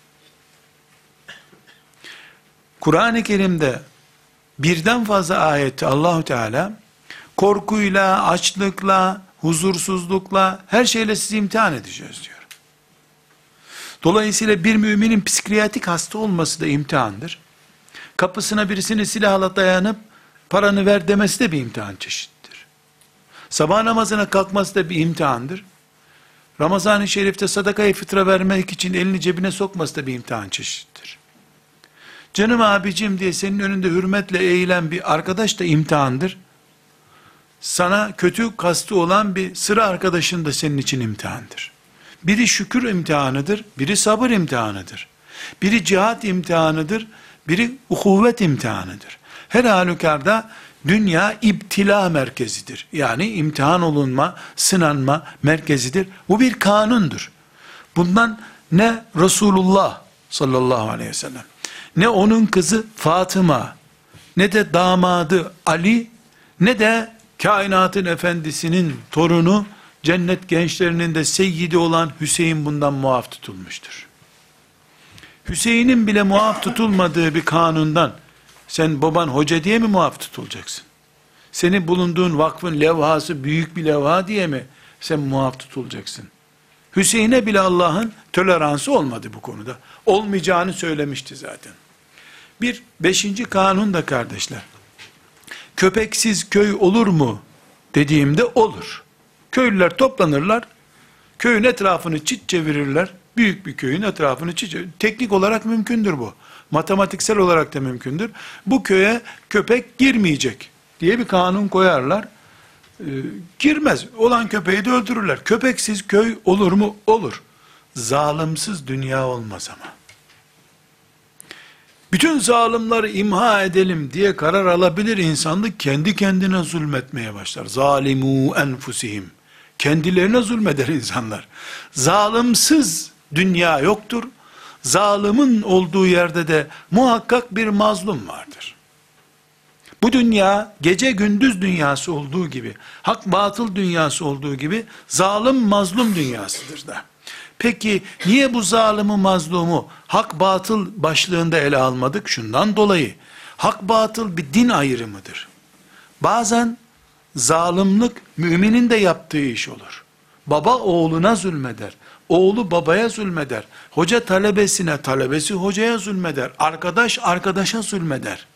Kur'an-ı Kerim'de birden fazla ayette Allahu Teala korkuyla, açlıkla, huzursuzlukla, her şeyle sizi imtihan edeceğiz diyor. Dolayısıyla bir müminin psikiyatrik hasta olması da imtihandır. Kapısına birisini silahla dayanıp paranı ver demesi de bir imtihan çeşittir. Sabah namazına kalkması da bir imtihandır. Ramazan-ı Şerif'te sadakayı fıtra vermek için elini cebine sokması da bir imtihan çeşittir. Canım abicim diye senin önünde hürmetle eğilen bir arkadaş da imtihandır. Sana kötü kastı olan bir sıra arkadaşın da senin için imtihandır. Biri şükür imtihanıdır, biri sabır imtihanıdır. Biri cihat imtihanıdır, biri uhuvvet imtihanıdır. Her halükarda dünya ibtila merkezidir. Yani imtihan olunma, sınanma merkezidir. Bu bir kanundur. Bundan ne Resulullah sallallahu aleyhi ve sellem, ne onun kızı Fatıma, ne de damadı Ali, ne de kainatın efendisinin torunu cennet gençlerinin de seyyidi olan Hüseyin bundan muaf tutulmuştur. Hüseyin'in bile muaf tutulmadığı bir kanundan sen baban hoca diye mi muaf tutulacaksın? Senin bulunduğun vakfın levhası büyük bir levha diye mi sen muaf tutulacaksın? Hüseyin'e bile Allah'ın toleransı olmadı bu konuda. Olmayacağını söylemişti zaten. Bir beşinci kanun da kardeşler. Köpeksiz köy olur mu dediğimde olur. Köylüler toplanırlar. Köyün etrafını çit çevirirler. Büyük bir köyün etrafını çit çevirirler. Teknik olarak mümkündür bu. Matematiksel olarak da mümkündür. Bu köye köpek girmeyecek diye bir kanun koyarlar. Girmez. Olan köpeği de öldürürler. Köpeksiz köy olur mu? Olur. Zalimsiz dünya olmaz ama. Bütün zalimleri imha edelim diye karar alabilir insanlık, kendi kendine zulmetmeye başlar. Zalimu enfusihim. Kendilerine zulmeder insanlar. Zalimsiz dünya yoktur. Zalimin olduğu yerde de muhakkak bir mazlum vardır. Bu dünya gece gündüz dünyası olduğu gibi, hak batıl dünyası olduğu gibi zalim mazlum dünyasıdır da. Peki niye bu zalimi mazlumu hak batıl başlığında ele almadık? Şundan dolayı hak batıl bir din ayrımıdır. Bazen zalimlik müminin de yaptığı iş olur. Baba oğluna zulmeder. Oğlu babaya zulmeder. Hoca talebesine, talebesi hocaya zulmeder. Arkadaş arkadaşa zulmeder.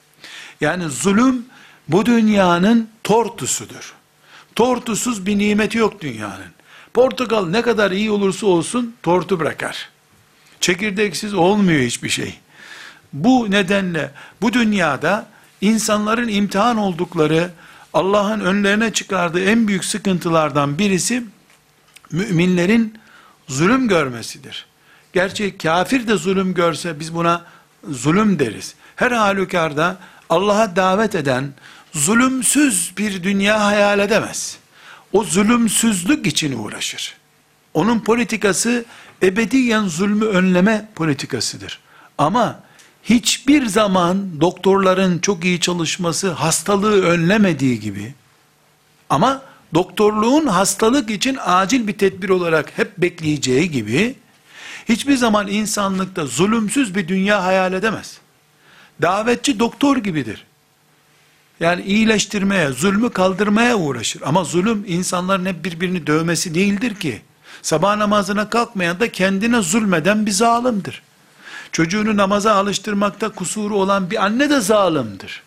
Yani zulüm bu dünyanın tortusudur. Tortusuz bir nimeti yok dünyanın. Portakal ne kadar iyi olursa olsun tortu bırakar. Çekirdeksiz olmuyor hiçbir şey. Bu nedenle bu dünyada insanların imtihan oldukları, Allah'ın önlerine çıkardığı en büyük sıkıntılardan birisi müminlerin zulüm görmesidir. Gerçi kafir de zulüm görse biz buna zulüm deriz. Her halükarda Allah'a davet eden zulümsüz bir dünya hayal edemez. O zulümsüzlük için uğraşır. Onun politikası ebediyen zulmü önleme politikasıdır. Ama hiçbir zaman doktorların çok iyi çalışması hastalığı önlemediği gibi, ama doktorluğun hastalık için acil bir tedbir olarak hep bekleyeceği gibi, hiçbir zaman insanlıkta zulümsüz bir dünya hayal edemez. Davetçi doktor gibidir. Yani iyileştirmeye, zulmü kaldırmaya uğraşır. Ama zulüm insanların hep birbirini dövmesi değildir ki. Sabah namazına kalkmayan da kendine zulmeden bir zalimdir. Çocuğunu namaza alıştırmakta kusuru olan bir anne de zalimdir.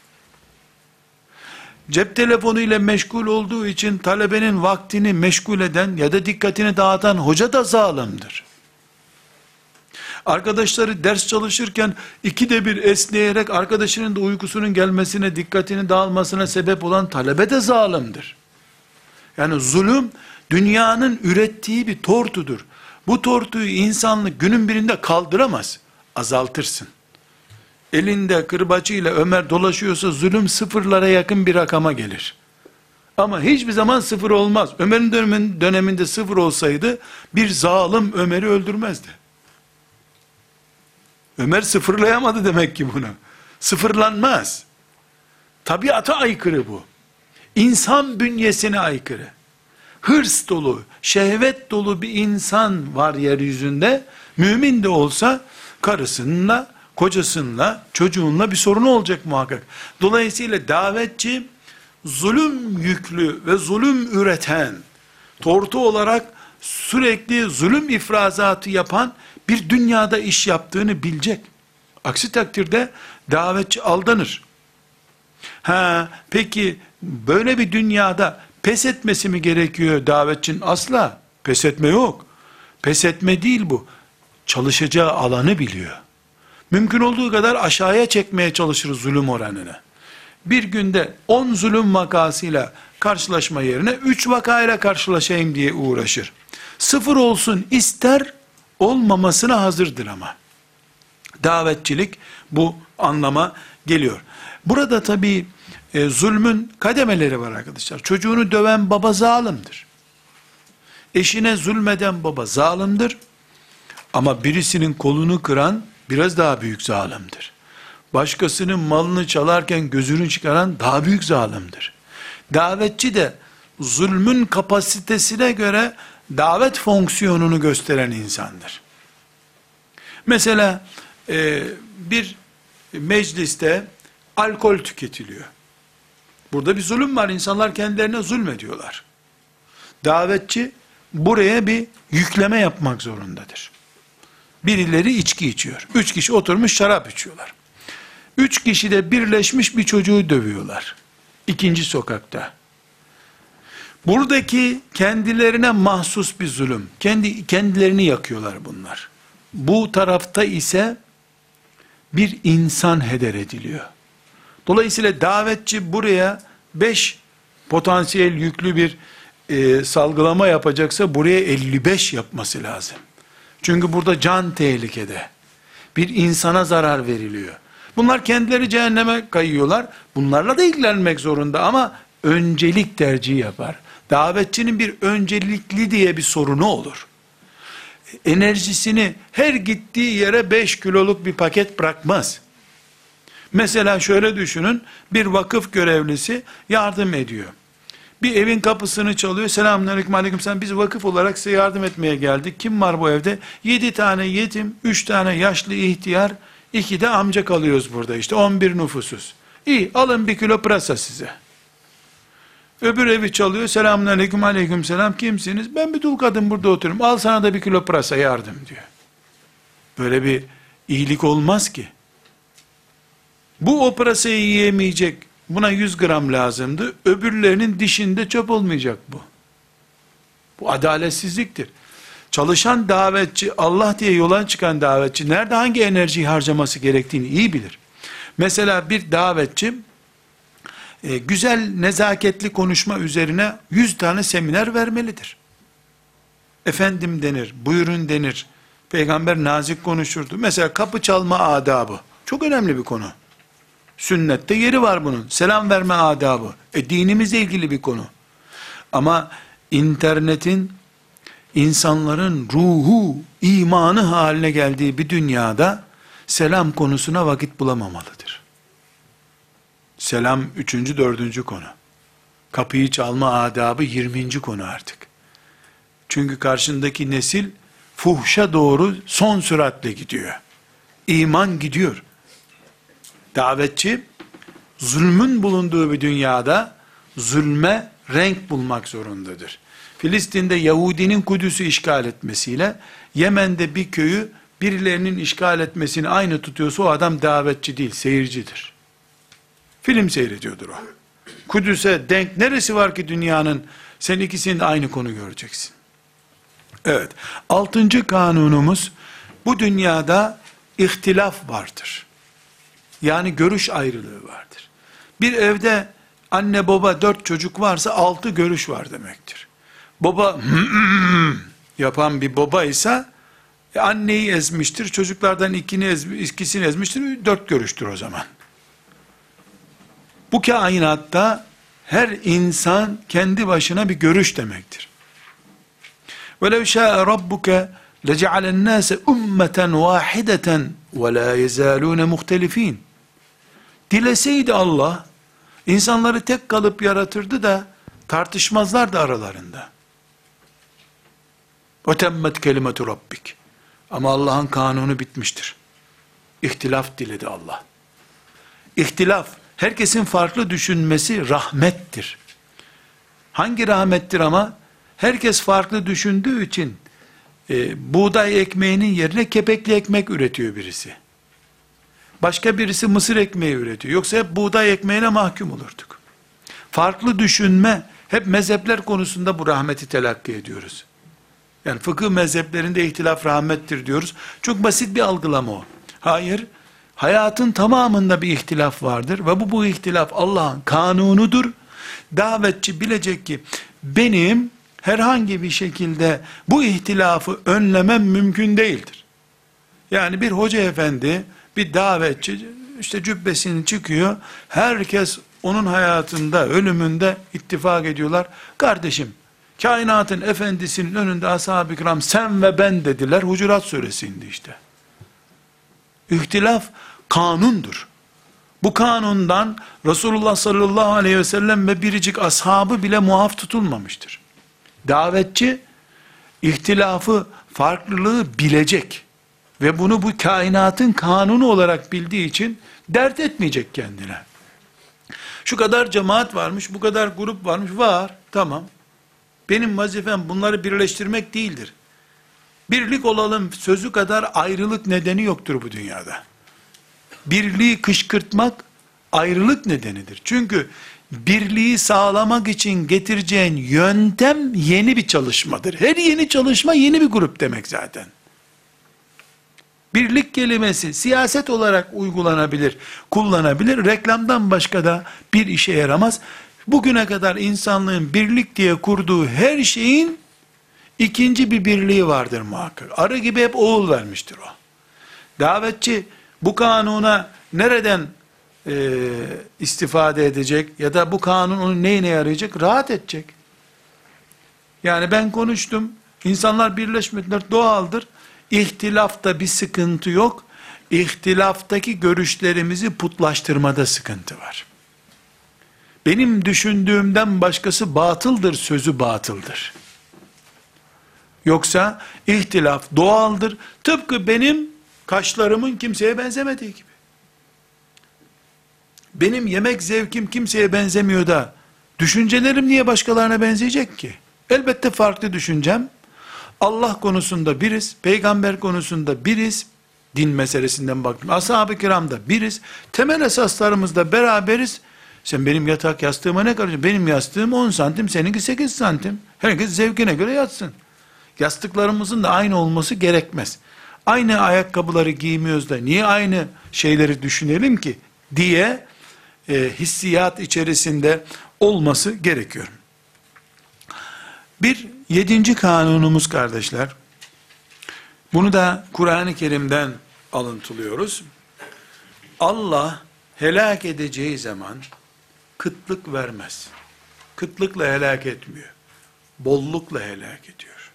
Cep telefonu ile meşgul olduğu için talebenin vaktini meşgul eden ya da dikkatini dağıtan hoca da zalimdir. Arkadaşları ders çalışırken ikide bir esneyerek arkadaşının da uykusunun gelmesine, dikkatinin dağılmasına sebep olan talebe de zalimdir. Yani zulüm dünyanın ürettiği bir tortudur. Bu tortuyu insanlık günün birinde kaldıramaz. Azaltırsın. Elinde kırbaçıyla Ömer dolaşıyorsa zulüm sıfırlara yakın bir rakama gelir. Ama hiçbir zaman sıfır olmaz. Ömer'in döneminde sıfır olsaydı bir zalim Ömer'i öldürmezdi. Ömer sıfırlayamadı demek ki bunu. Sıfırlanmaz. Tabiata aykırı bu. İnsan bünyesine aykırı. Hırs dolu, şehvet dolu bir insan var yeryüzünde. Mümin de olsa karısınınla, kocasınınla, çocuğunla bir sorunu olacak muhakkak. Dolayısıyla davetçi zulüm yüklü ve zulüm üreten, tortu olarak sürekli zulüm ifrazatı yapan bir dünyada iş yaptığını bilecek. Aksi takdirde davetçi aldanır. Peki böyle bir dünyada pes etmesi mi gerekiyor davetçinin? Asla pes etme yok. Pes etme değil bu. Çalışacağı alanı biliyor. Mümkün olduğu kadar aşağıya çekmeye çalışır zulüm oranını. Bir günde 10 zulüm vakasıyla karşılaşma yerine 3 vakayla karşılaşayım diye uğraşır. Sıfır olsun ister, olmamasına hazırdır ama. Davetçilik bu anlama geliyor. Burada tabii zulmün kademeleri var arkadaşlar. Çocuğunu döven baba zalimdir. Eşine zulmeden baba zalimdir. Ama birisinin kolunu kıran biraz daha büyük zalimdir. Başkasının malını çalarken gözünü çıkaran daha büyük zalimdir. Davetçi de zulmün kapasitesine göre davet fonksiyonunu gösteren insandır. Mesela bir mecliste alkol tüketiliyor. Burada bir zulüm var. İnsanlar kendilerine zulmediyorlar. Davetçi buraya bir yükleme yapmak zorundadır. Birileri içki içiyor. 3 kişi oturmuş şarap içiyorlar. 3 kişi de birleşmiş bir çocuğu dövüyorlar. İkinci sokakta. Buradaki kendilerine mahsus bir zulüm. Kendilerini yakıyorlar bunlar. Bu tarafta ise bir insan heder ediliyor. Dolayısıyla davetçi buraya 5 potansiyel yüklü bir salgılama yapacaksa buraya 55 yapması lazım. Çünkü burada can tehlikede. Bir insana zarar veriliyor. Bunlar kendileri cehenneme kayıyorlar. Bunlarla da ilgilenmek zorunda ama öncelik tercihi yapar. Davetçinin bir öncelikli diye bir sorunu olur. Enerjisini her gittiği yere 5 kiloluk bir paket bırakmaz. Mesela şöyle düşünün, bir vakıf görevlisi yardım ediyor. Bir evin kapısını çalıyor. Selamünaleyküm, aleykümselam. Biz vakıf olarak size yardım etmeye geldik. Kim var bu evde? 7 tane yetim, 3 tane yaşlı ihtiyar, 2 de amca kalıyoruz burada işte. 11 nüfusuz. İyi, alın 1 kilo pırasa size. Öbür evi çalıyor. Selamünaleyküm, aleykümselam. Kimsiniz? Ben bir dul kadın burada oturuyorum. Al sana da 1 kilo pırasa yardım diyor. Böyle bir iyilik olmaz ki. Bu o pırasayı yiyemeyecek. Buna 100 gram lazımdı. Öbürlerinin dişinde çöp olmayacak bu. Bu adaletsizliktir. Çalışan davetçi, Allah diye yola çıkan davetçi, nerede hangi enerjiyi harcaması gerektiğini iyi bilir. Mesela bir davetçi, güzel, nezaketli konuşma üzerine 100 tane seminer vermelidir. Efendim denir, buyurun denir. Peygamber nazik konuşurdu. Mesela kapı çalma adabı. Çok önemli bir konu. Sünnette yeri var bunun. Selam verme adabı. Dinimizle ilgili bir konu. Ama internetin insanların ruhu, imanı haline geldiği bir dünyada selam konusuna vakit bulamamalıdır. Selam 3. 4. konu. Kapıyı çalma adabı 20. konu artık. Çünkü karşındaki nesil fuhşa doğru son süratle gidiyor. İman gidiyor. Davetçi, zulmün bulunduğu bir dünyada zulme renk bulmak zorundadır. Filistin'de Yahudinin Kudüs'ü işgal etmesiyle, Yemen'de bir köyü birilerinin işgal etmesini aynı tutuyorsa o adam davetçi değil, seyircidir. Film seyrediyordur o. Kudüs'e denk neresi var ki dünyanın, sen ikisinin de aynı konu göreceksin. Evet, 6. kanunumuz, bu dünyada ihtilaf vardır. Yani görüş ayrılığı vardır. Bir evde anne baba 4 çocuk varsa 6 görüş var demektir. Baba yapan bir baba ise anneyi ezmiştir, çocuklardan ikisini ezmiştir, 4 görüştür o zaman. Bu kainatta her insan kendi başına bir görüş demektir. وَلَوْ شَاءَ رَبُّكَ لَجَعَلَ النَّاسَ اُمَّةً وَاحِدَةً وَلَا يَزَالُونَ مُخْتَلِف۪ينَ. Dileseydi Allah, insanları tek kalıp yaratırdı da tartışmazlardı aralarında. وَتَمَّتْ كَلِمَةُ رَبِّكَ. Ama Allah'ın kanunu bitmiştir. İhtilaf diledi Allah. İhtilaf, herkesin farklı düşünmesi rahmettir. Hangi rahmettir ama? Herkes farklı düşündüğü için buğday ekmeğinin yerine kepekli ekmek üretiyor birisi. Başka birisi mısır ekmeği üretiyor. Yoksa hep buğday ekmeğine mahkum olurduk. Farklı düşünme, hep mezhepler konusunda bu rahmeti telakki ediyoruz. Yani fıkıh mezheplerinde ihtilaf rahmettir diyoruz. Çok basit bir algılama o. Hayır, hayatın tamamında bir ihtilaf vardır ve bu ihtilaf Allah'ın kanunudur. Davetçi bilecek ki benim herhangi bir şekilde bu ihtilafı önlemem mümkün değildir. Yani bir hoca efendi, bir davetçi işte cübbesini çıkıyor. Herkes onun hayatında, ölümünde ittifak ediyorlar. Kardeşim, kainatın efendisinin önünde ashab-ı kiram sen ve ben dediler. Hucurat suresinde işte. İhtilaf kanundur. Bu kanundan Resulullah sallallahu aleyhi ve sellem ve biricik ashabı bile muaf tutulmamıştır. Davetçi, ihtilafı, farklılığı bilecek ve bunu bu kainatın kanunu olarak bildiği için dert etmeyecek kendine. Şu kadar cemaat varmış, bu kadar grup varmış, var, tamam. Benim vazifem bunları birleştirmek değildir. Birlik olalım sözü kadar ayrılık nedeni yoktur bu dünyada. Birliği kışkırtmak ayrılık nedenidir. Çünkü birliği sağlamak için getireceğin yöntem yeni bir çalışmadır. Her yeni çalışma yeni bir grup demek zaten. Birlik kelimesi siyaset olarak uygulanabilir, kullanabilir. Reklamdan başka da bir işe yaramaz. Bugüne kadar insanlığın birlik diye kurduğu her şeyin ikinci bir birliği vardır muhakkak. Arı gibi hep oğul vermiştir o. Davetçi bu kanuna nereden istifade edecek ya da bu kanun onun neyine yarayacak? Rahat edecek. Yani ben konuştum, insanlar birleşmediler, doğaldır. İhtilafta bir sıkıntı yok. İhtilaftaki görüşlerimizi putlaştırmada sıkıntı var. Benim düşündüğümden başkası batıldır, sözü batıldır. Yoksa ihtilaf doğaldır. Tıpkı benim kaşlarımın kimseye benzemediği gibi. Benim yemek zevkim kimseye benzemiyor da düşüncelerim niye başkalarına benzeyecek ki? Elbette farklı düşüncem. Allah konusunda biriz, peygamber konusunda biriz, din meselesinden baktım. Ashab-ı kiramda biriz, temel esaslarımızda beraberiz. Sen benim yatak yastığıma ne karışıyorsun? Benim yastığım 10 santim, seninki 8 santim. Herkes zevkine göre yatsın. Yastıklarımızın da aynı olması gerekmez. Aynı ayakkabıları giymiyoruz da niye aynı şeyleri düşünelim ki diye hissiyat içerisinde olması gerekiyor. Bir 7. kanunumuz kardeşler, bunu da Kur'an-ı Kerim'den alıntılıyoruz. Allah helak edeceği zaman kıtlık vermez. Kıtlıkla helak etmiyor. Bollukla helak ediyor.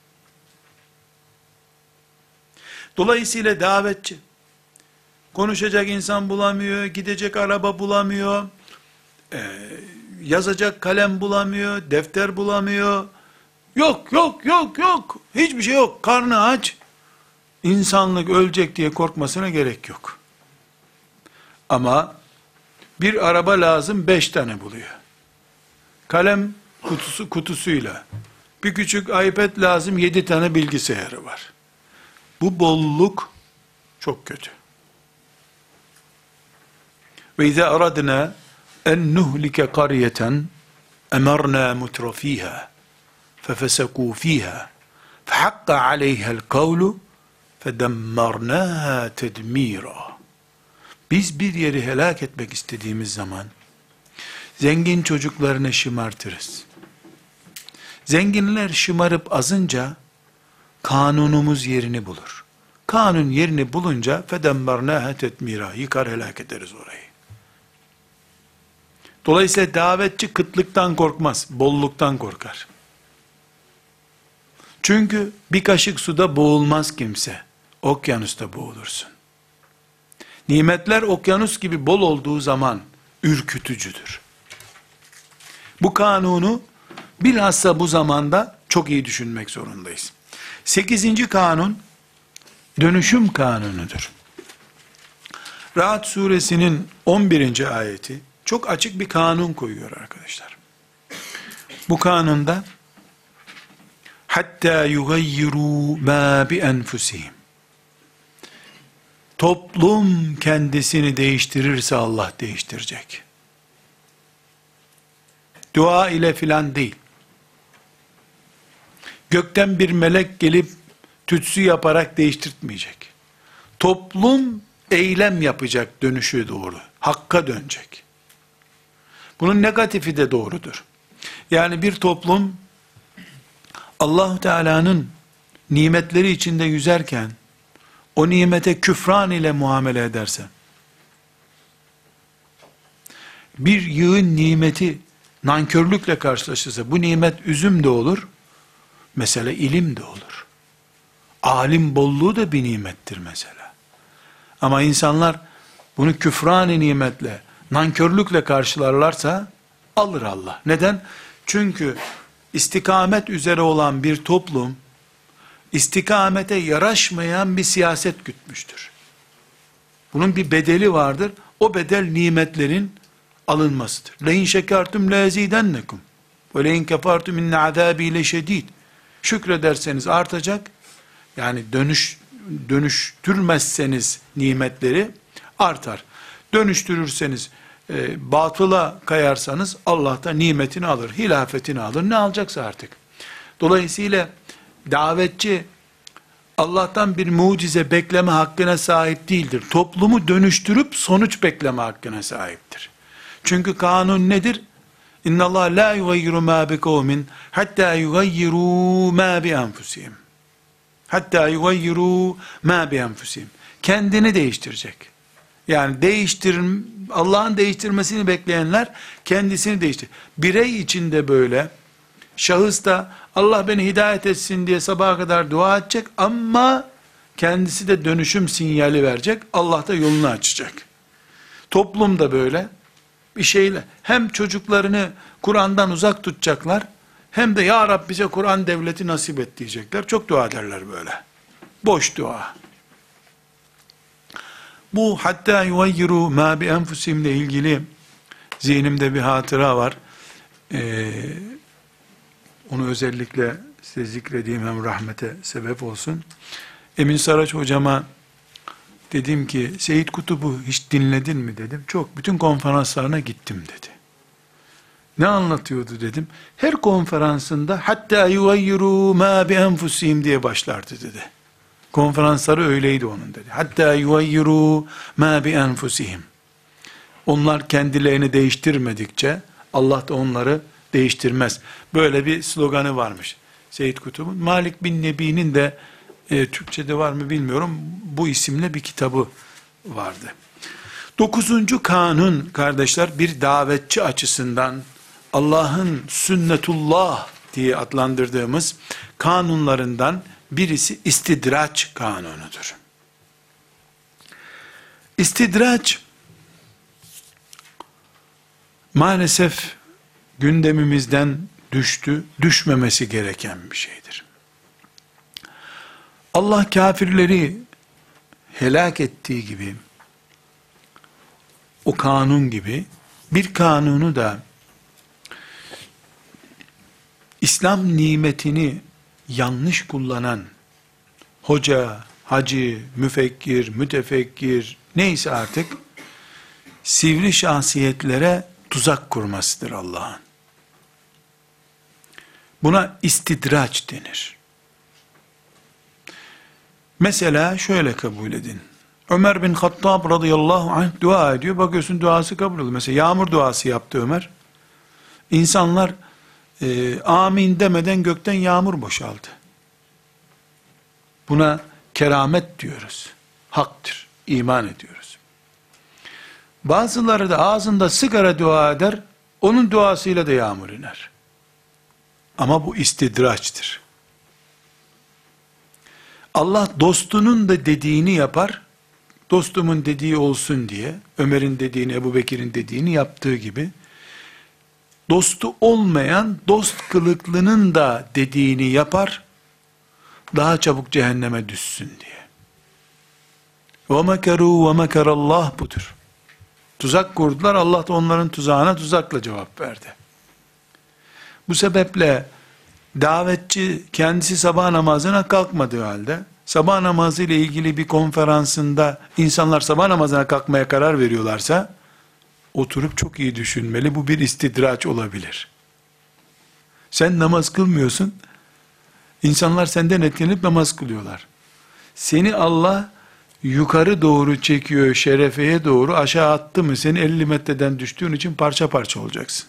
Dolayısıyla davetçi, konuşacak insan bulamıyor, gidecek araba bulamıyor, yazacak kalem bulamıyor, defter bulamıyor. Yok, yok, yok, yok. Hiçbir şey yok. Karnı aç. İnsanlık ölecek diye korkmasına gerek yok. Ama bir araba lazım 5 tane buluyor. Kalem kutusuyla. Bir küçük iPad lazım 7 tane bilgisayarı var. Bu bolluk çok kötü. Ve izâ aradnâ en nuhlike qaryeten emarnâ mutrafîhâ fefesekû fîhâ fehakka aleyhel kavlu fedemmarnâhâ tedmîrâ. Biz bir yeri helak etmek istediğimiz zaman zengin çocuklarını şımartırız. Zenginler şımarıp azınca kanunumuz yerini bulur. Kanun yerini bulunca fedemmarnâhâ tedmîrâ, yıkar helak ederiz orayı. Dolayısıyla davetçi kıtlıktan korkmaz, bolluktan korkar. Çünkü bir kaşık suda boğulmaz kimse. Okyanusta boğulursun. Nimetler okyanus gibi bol olduğu zaman ürkütücüdür. Bu kanunu bilhassa bu zamanda çok iyi düşünmek zorundayız. 8. kanun dönüşüm kanunudur. Ra'd suresinin 11. ayeti çok açık bir kanun koyuyor arkadaşlar. Bu kanunda hatta yugayyiru ma bi enfusihim. Toplum kendisini değiştirirse Allah değiştirecek. Dua ile filan değil. Gökten bir melek gelip tütsü yaparak değiştirtmeyecek. Toplum eylem yapacak dönüşü doğru. Hakka dönecek. Bunun negatifi de doğrudur. Yani bir toplum Allah-u Teala'nın nimetleri içinde yüzerken o nimete küfran ile muamele ederse, bir yığın nimeti nankörlükle karşılaşırsa, bu nimet üzüm de olur, mesela ilim de olur. Alim bolluğu da bir nimettir mesela. Ama insanlar bunu küfran-ı nimetle, nankörlükle karşılarlarsa alır Allah. Neden? Çünkü istikamet üzere olan bir toplum, istikamete yaraşmayan bir siyaset gütmüştür. Bunun bir bedeli vardır. O bedel nimetlerin alınmasıdır. لَاِنْ شَكَرْتُمْ لَاَزِيدَنَّكُمْ وَلَاِنْ كَفَرْتُمْ اِنَّ عَذَابِي لَشَد۪يدٍ. Şükrederseniz artacak. Yani dönüştürmezseniz nimetleri artar. Dönüştürürseniz batıla kayarsanız Allah da nimetini alır, hilafetini alır. Ne alacaksa artık. Dolayısıyla davetçi Allah'tan bir mucize bekleme hakkına sahip değildir. Toplumu dönüştürüp sonuç bekleme hakkına sahiptir. Çünkü kanun nedir? İnna Allah la yugayyiru ma bi kavmin hatta yugayyiru ma bi enfusihim. Hatta yugayyiru ma bi enfusihim. Kendini değiştirecek. Yani Allah'ın değiştirmesini bekleyenler kendisini değiştir. Birey içinde böyle, şahıs da Allah beni hidayet etsin diye sabaha kadar dua edecek ama kendisi de dönüşüm sinyali verecek. Allah da yolunu açacak. Toplum da böyle bir şeyle hem çocuklarını Kur'an'dan uzak tutacaklar hem de ya Rab bize Kur'an devleti nasip et diyecekler. Çok dua ederler böyle. Boş dua. Bu hatta yugayyiru ma bi enfusihim ile ilgili zihnimde bir hatıra var. Onu özellikle size zikredeyim, hem rahmete sebep olsun. Emin Saraç hocama dedim ki, Seyyid Kutub'u hiç dinledin mi dedim. Çok, bütün konferanslarına gittim dedi. Ne anlatıyordu dedim. Her konferansında hatta yugayyiru ma bi enfusihim diye başlardı dedi. Konferansları öyleydi onun dedi. Hatta yugayyiru ma bi enfusihim. Onlar kendilerini değiştirmedikçe Allah da onları değiştirmez. Böyle bir sloganı varmış Seyyid Kutub'un. Malik bin Nebi'nin de Türkçe'de var mı bilmiyorum, bu isimle bir kitabı vardı. 9. kanun kardeşler, bir davetçi açısından Allah'ın sünnetullah diye adlandırdığımız kanunlarından birisi istidraç kanunudur. İstidraç maalesef gündemimizden düştü, düşmemesi gereken bir şeydir. Allah kafirleri helak ettiği gibi, o kanun gibi bir kanunu da İslam nimetini yanlış kullanan hoca, hacı, müfekkir, mütefekkir neyse artık sivri şahsiyetlere tuzak kurmasıdır Allah'ın. Buna istidraç denir. Mesela şöyle kabul edin. Ömer bin Hattab radıyallahu anh dua ediyor. Bakıyorsun duası kabul oluyor. Mesela yağmur duası yaptı Ömer. İnsanlar amin demeden gökten yağmur boşaldı. Buna keramet diyoruz. Haktır. İman ediyoruz. Bazıları da ağzında sigara dua eder. Onun duasıyla da yağmur iner. Ama bu istidraçtır. Allah dostunun da dediğini yapar, dostumun dediği olsun diye, Ömer'in dediğini, Ebubekir'in dediğini yaptığı gibi, dostu olmayan, dost kılıklının da dediğini yapar, daha çabuk cehenneme düşsün diye. وَمَكَرُوا وَمَكَرَ اللّٰهِ budur. Tuzak kurdular, Allah da onların tuzağına tuzakla cevap verdi. Bu sebeple davetçi kendisi sabah namazına kalkmadığı halde, sabah namazı ile ilgili bir konferansında insanlar sabah namazına kalkmaya karar veriyorlarsa, oturup çok iyi düşünmeli, bu bir istidraç olabilir. Sen namaz kılmıyorsun, insanlar senden etkilenip namaz kılıyorlar. Seni Allah yukarı doğru çekiyor, şerefeye doğru, aşağı attı mı seni 50 metreden düştüğün için parça parça olacaksın.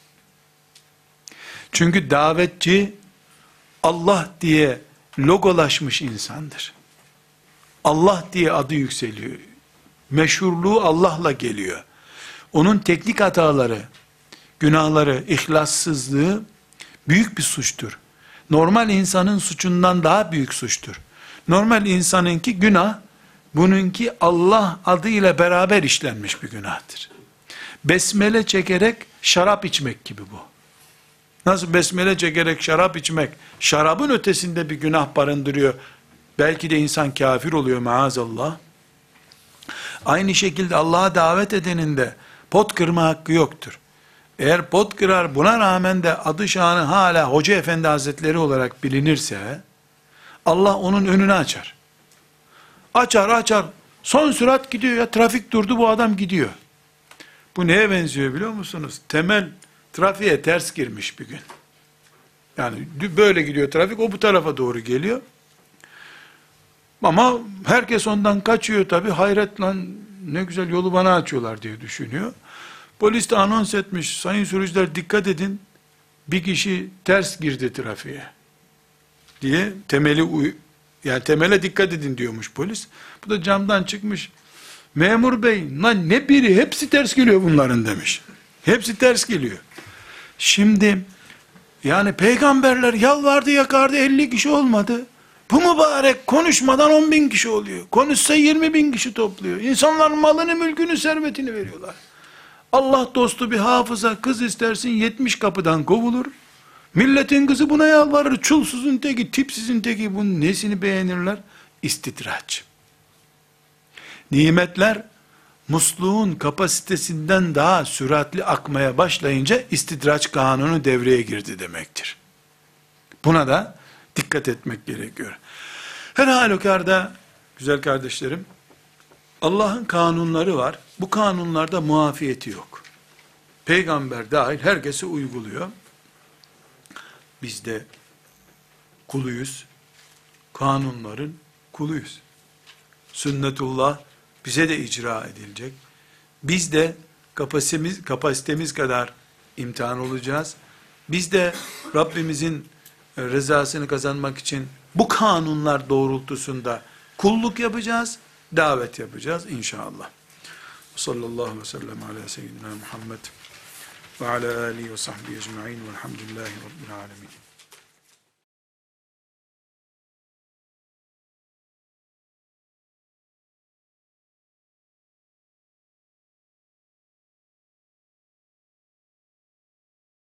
Çünkü davetçi Allah diye logolaşmış insandır. Allah diye adı yükseliyor. Meşhurluğu Allah'la geliyor. Onun teknik hataları, günahları, ihlassızlığı büyük bir suçtur. Normal insanın suçundan daha büyük suçtur. Normal insanınki günah, Bununki Allah adıyla beraber işlenmiş bir günahtır. Besmele çekerek şarap içmek gibi bu. Nasıl besmele çekerek şarap içmek, şarabın ötesinde bir günah barındırıyor. Belki de insan kafir oluyor maazallah. Aynı şekilde Allah'a davet edenin de pot kırma hakkı yoktur. Eğer pot kırar, buna rağmen de adı şanı hala Hoca Efendi Hazretleri olarak bilinirse, Allah onun önünü açar. Açar. Son sürat gidiyor ya, trafik durdu, bu adam gidiyor. Bu neye benziyor biliyor musunuz? Temel trafiğe ters girmiş bir gün. Yani böyle gidiyor trafik, o bu tarafa doğru geliyor. Ama herkes ondan kaçıyor tabi. Hayret lan, ne güzel yolu bana açıyorlar diye düşünüyor. Polis de anons etmiş, sayın sürücüler dikkat edin, bir kişi ters girdi trafiğe diye yani temele dikkat edin diyormuş polis. Bu da camdan çıkmış. Memur bey, lan ne biri, hepsi ters geliyor bunların demiş. Hepsi ters geliyor. Şimdi yani peygamberler yalvardı yakardı, 50 kişi olmadı. Bu mübarek konuşmadan 10 bin kişi oluyor. Konuşsa 20 bin kişi topluyor. İnsanların malını, mülkünü, servetini veriyorlar. Allah dostu bir hafıza kız istersin 70 kapıdan kovulur. Milletin kızı buna yalvarır. Çulsuzun teki, tipsizin teki, bunun nesini beğenirler? İstidraç. Nimetler musluğun kapasitesinden daha süratli akmaya başlayınca istidraç kanunu devreye girdi demektir. Buna da dikkat etmek gerekiyor. Her halükarda güzel kardeşlerim, Allah'ın kanunları var. Bu kanunlarda muafiyeti yok. Peygamber dahil herkese uyguluyor. Biz de kuluyuz. Kanunların kuluyuz. Sünnetullah bize de icra edilecek. Biz de kapasitemiz kadar imtihan olacağız. Biz de Rabbimizin rızasını kazanmak için bu kanunlar doğrultusunda kulluk yapacağız, davet yapacağız inşallah. Sallallahu aleyhi ve sellem ala seyyidina Muhammed ve ala alihi ve sahbihi ecma'in velhamdülillahi rabbil alemin.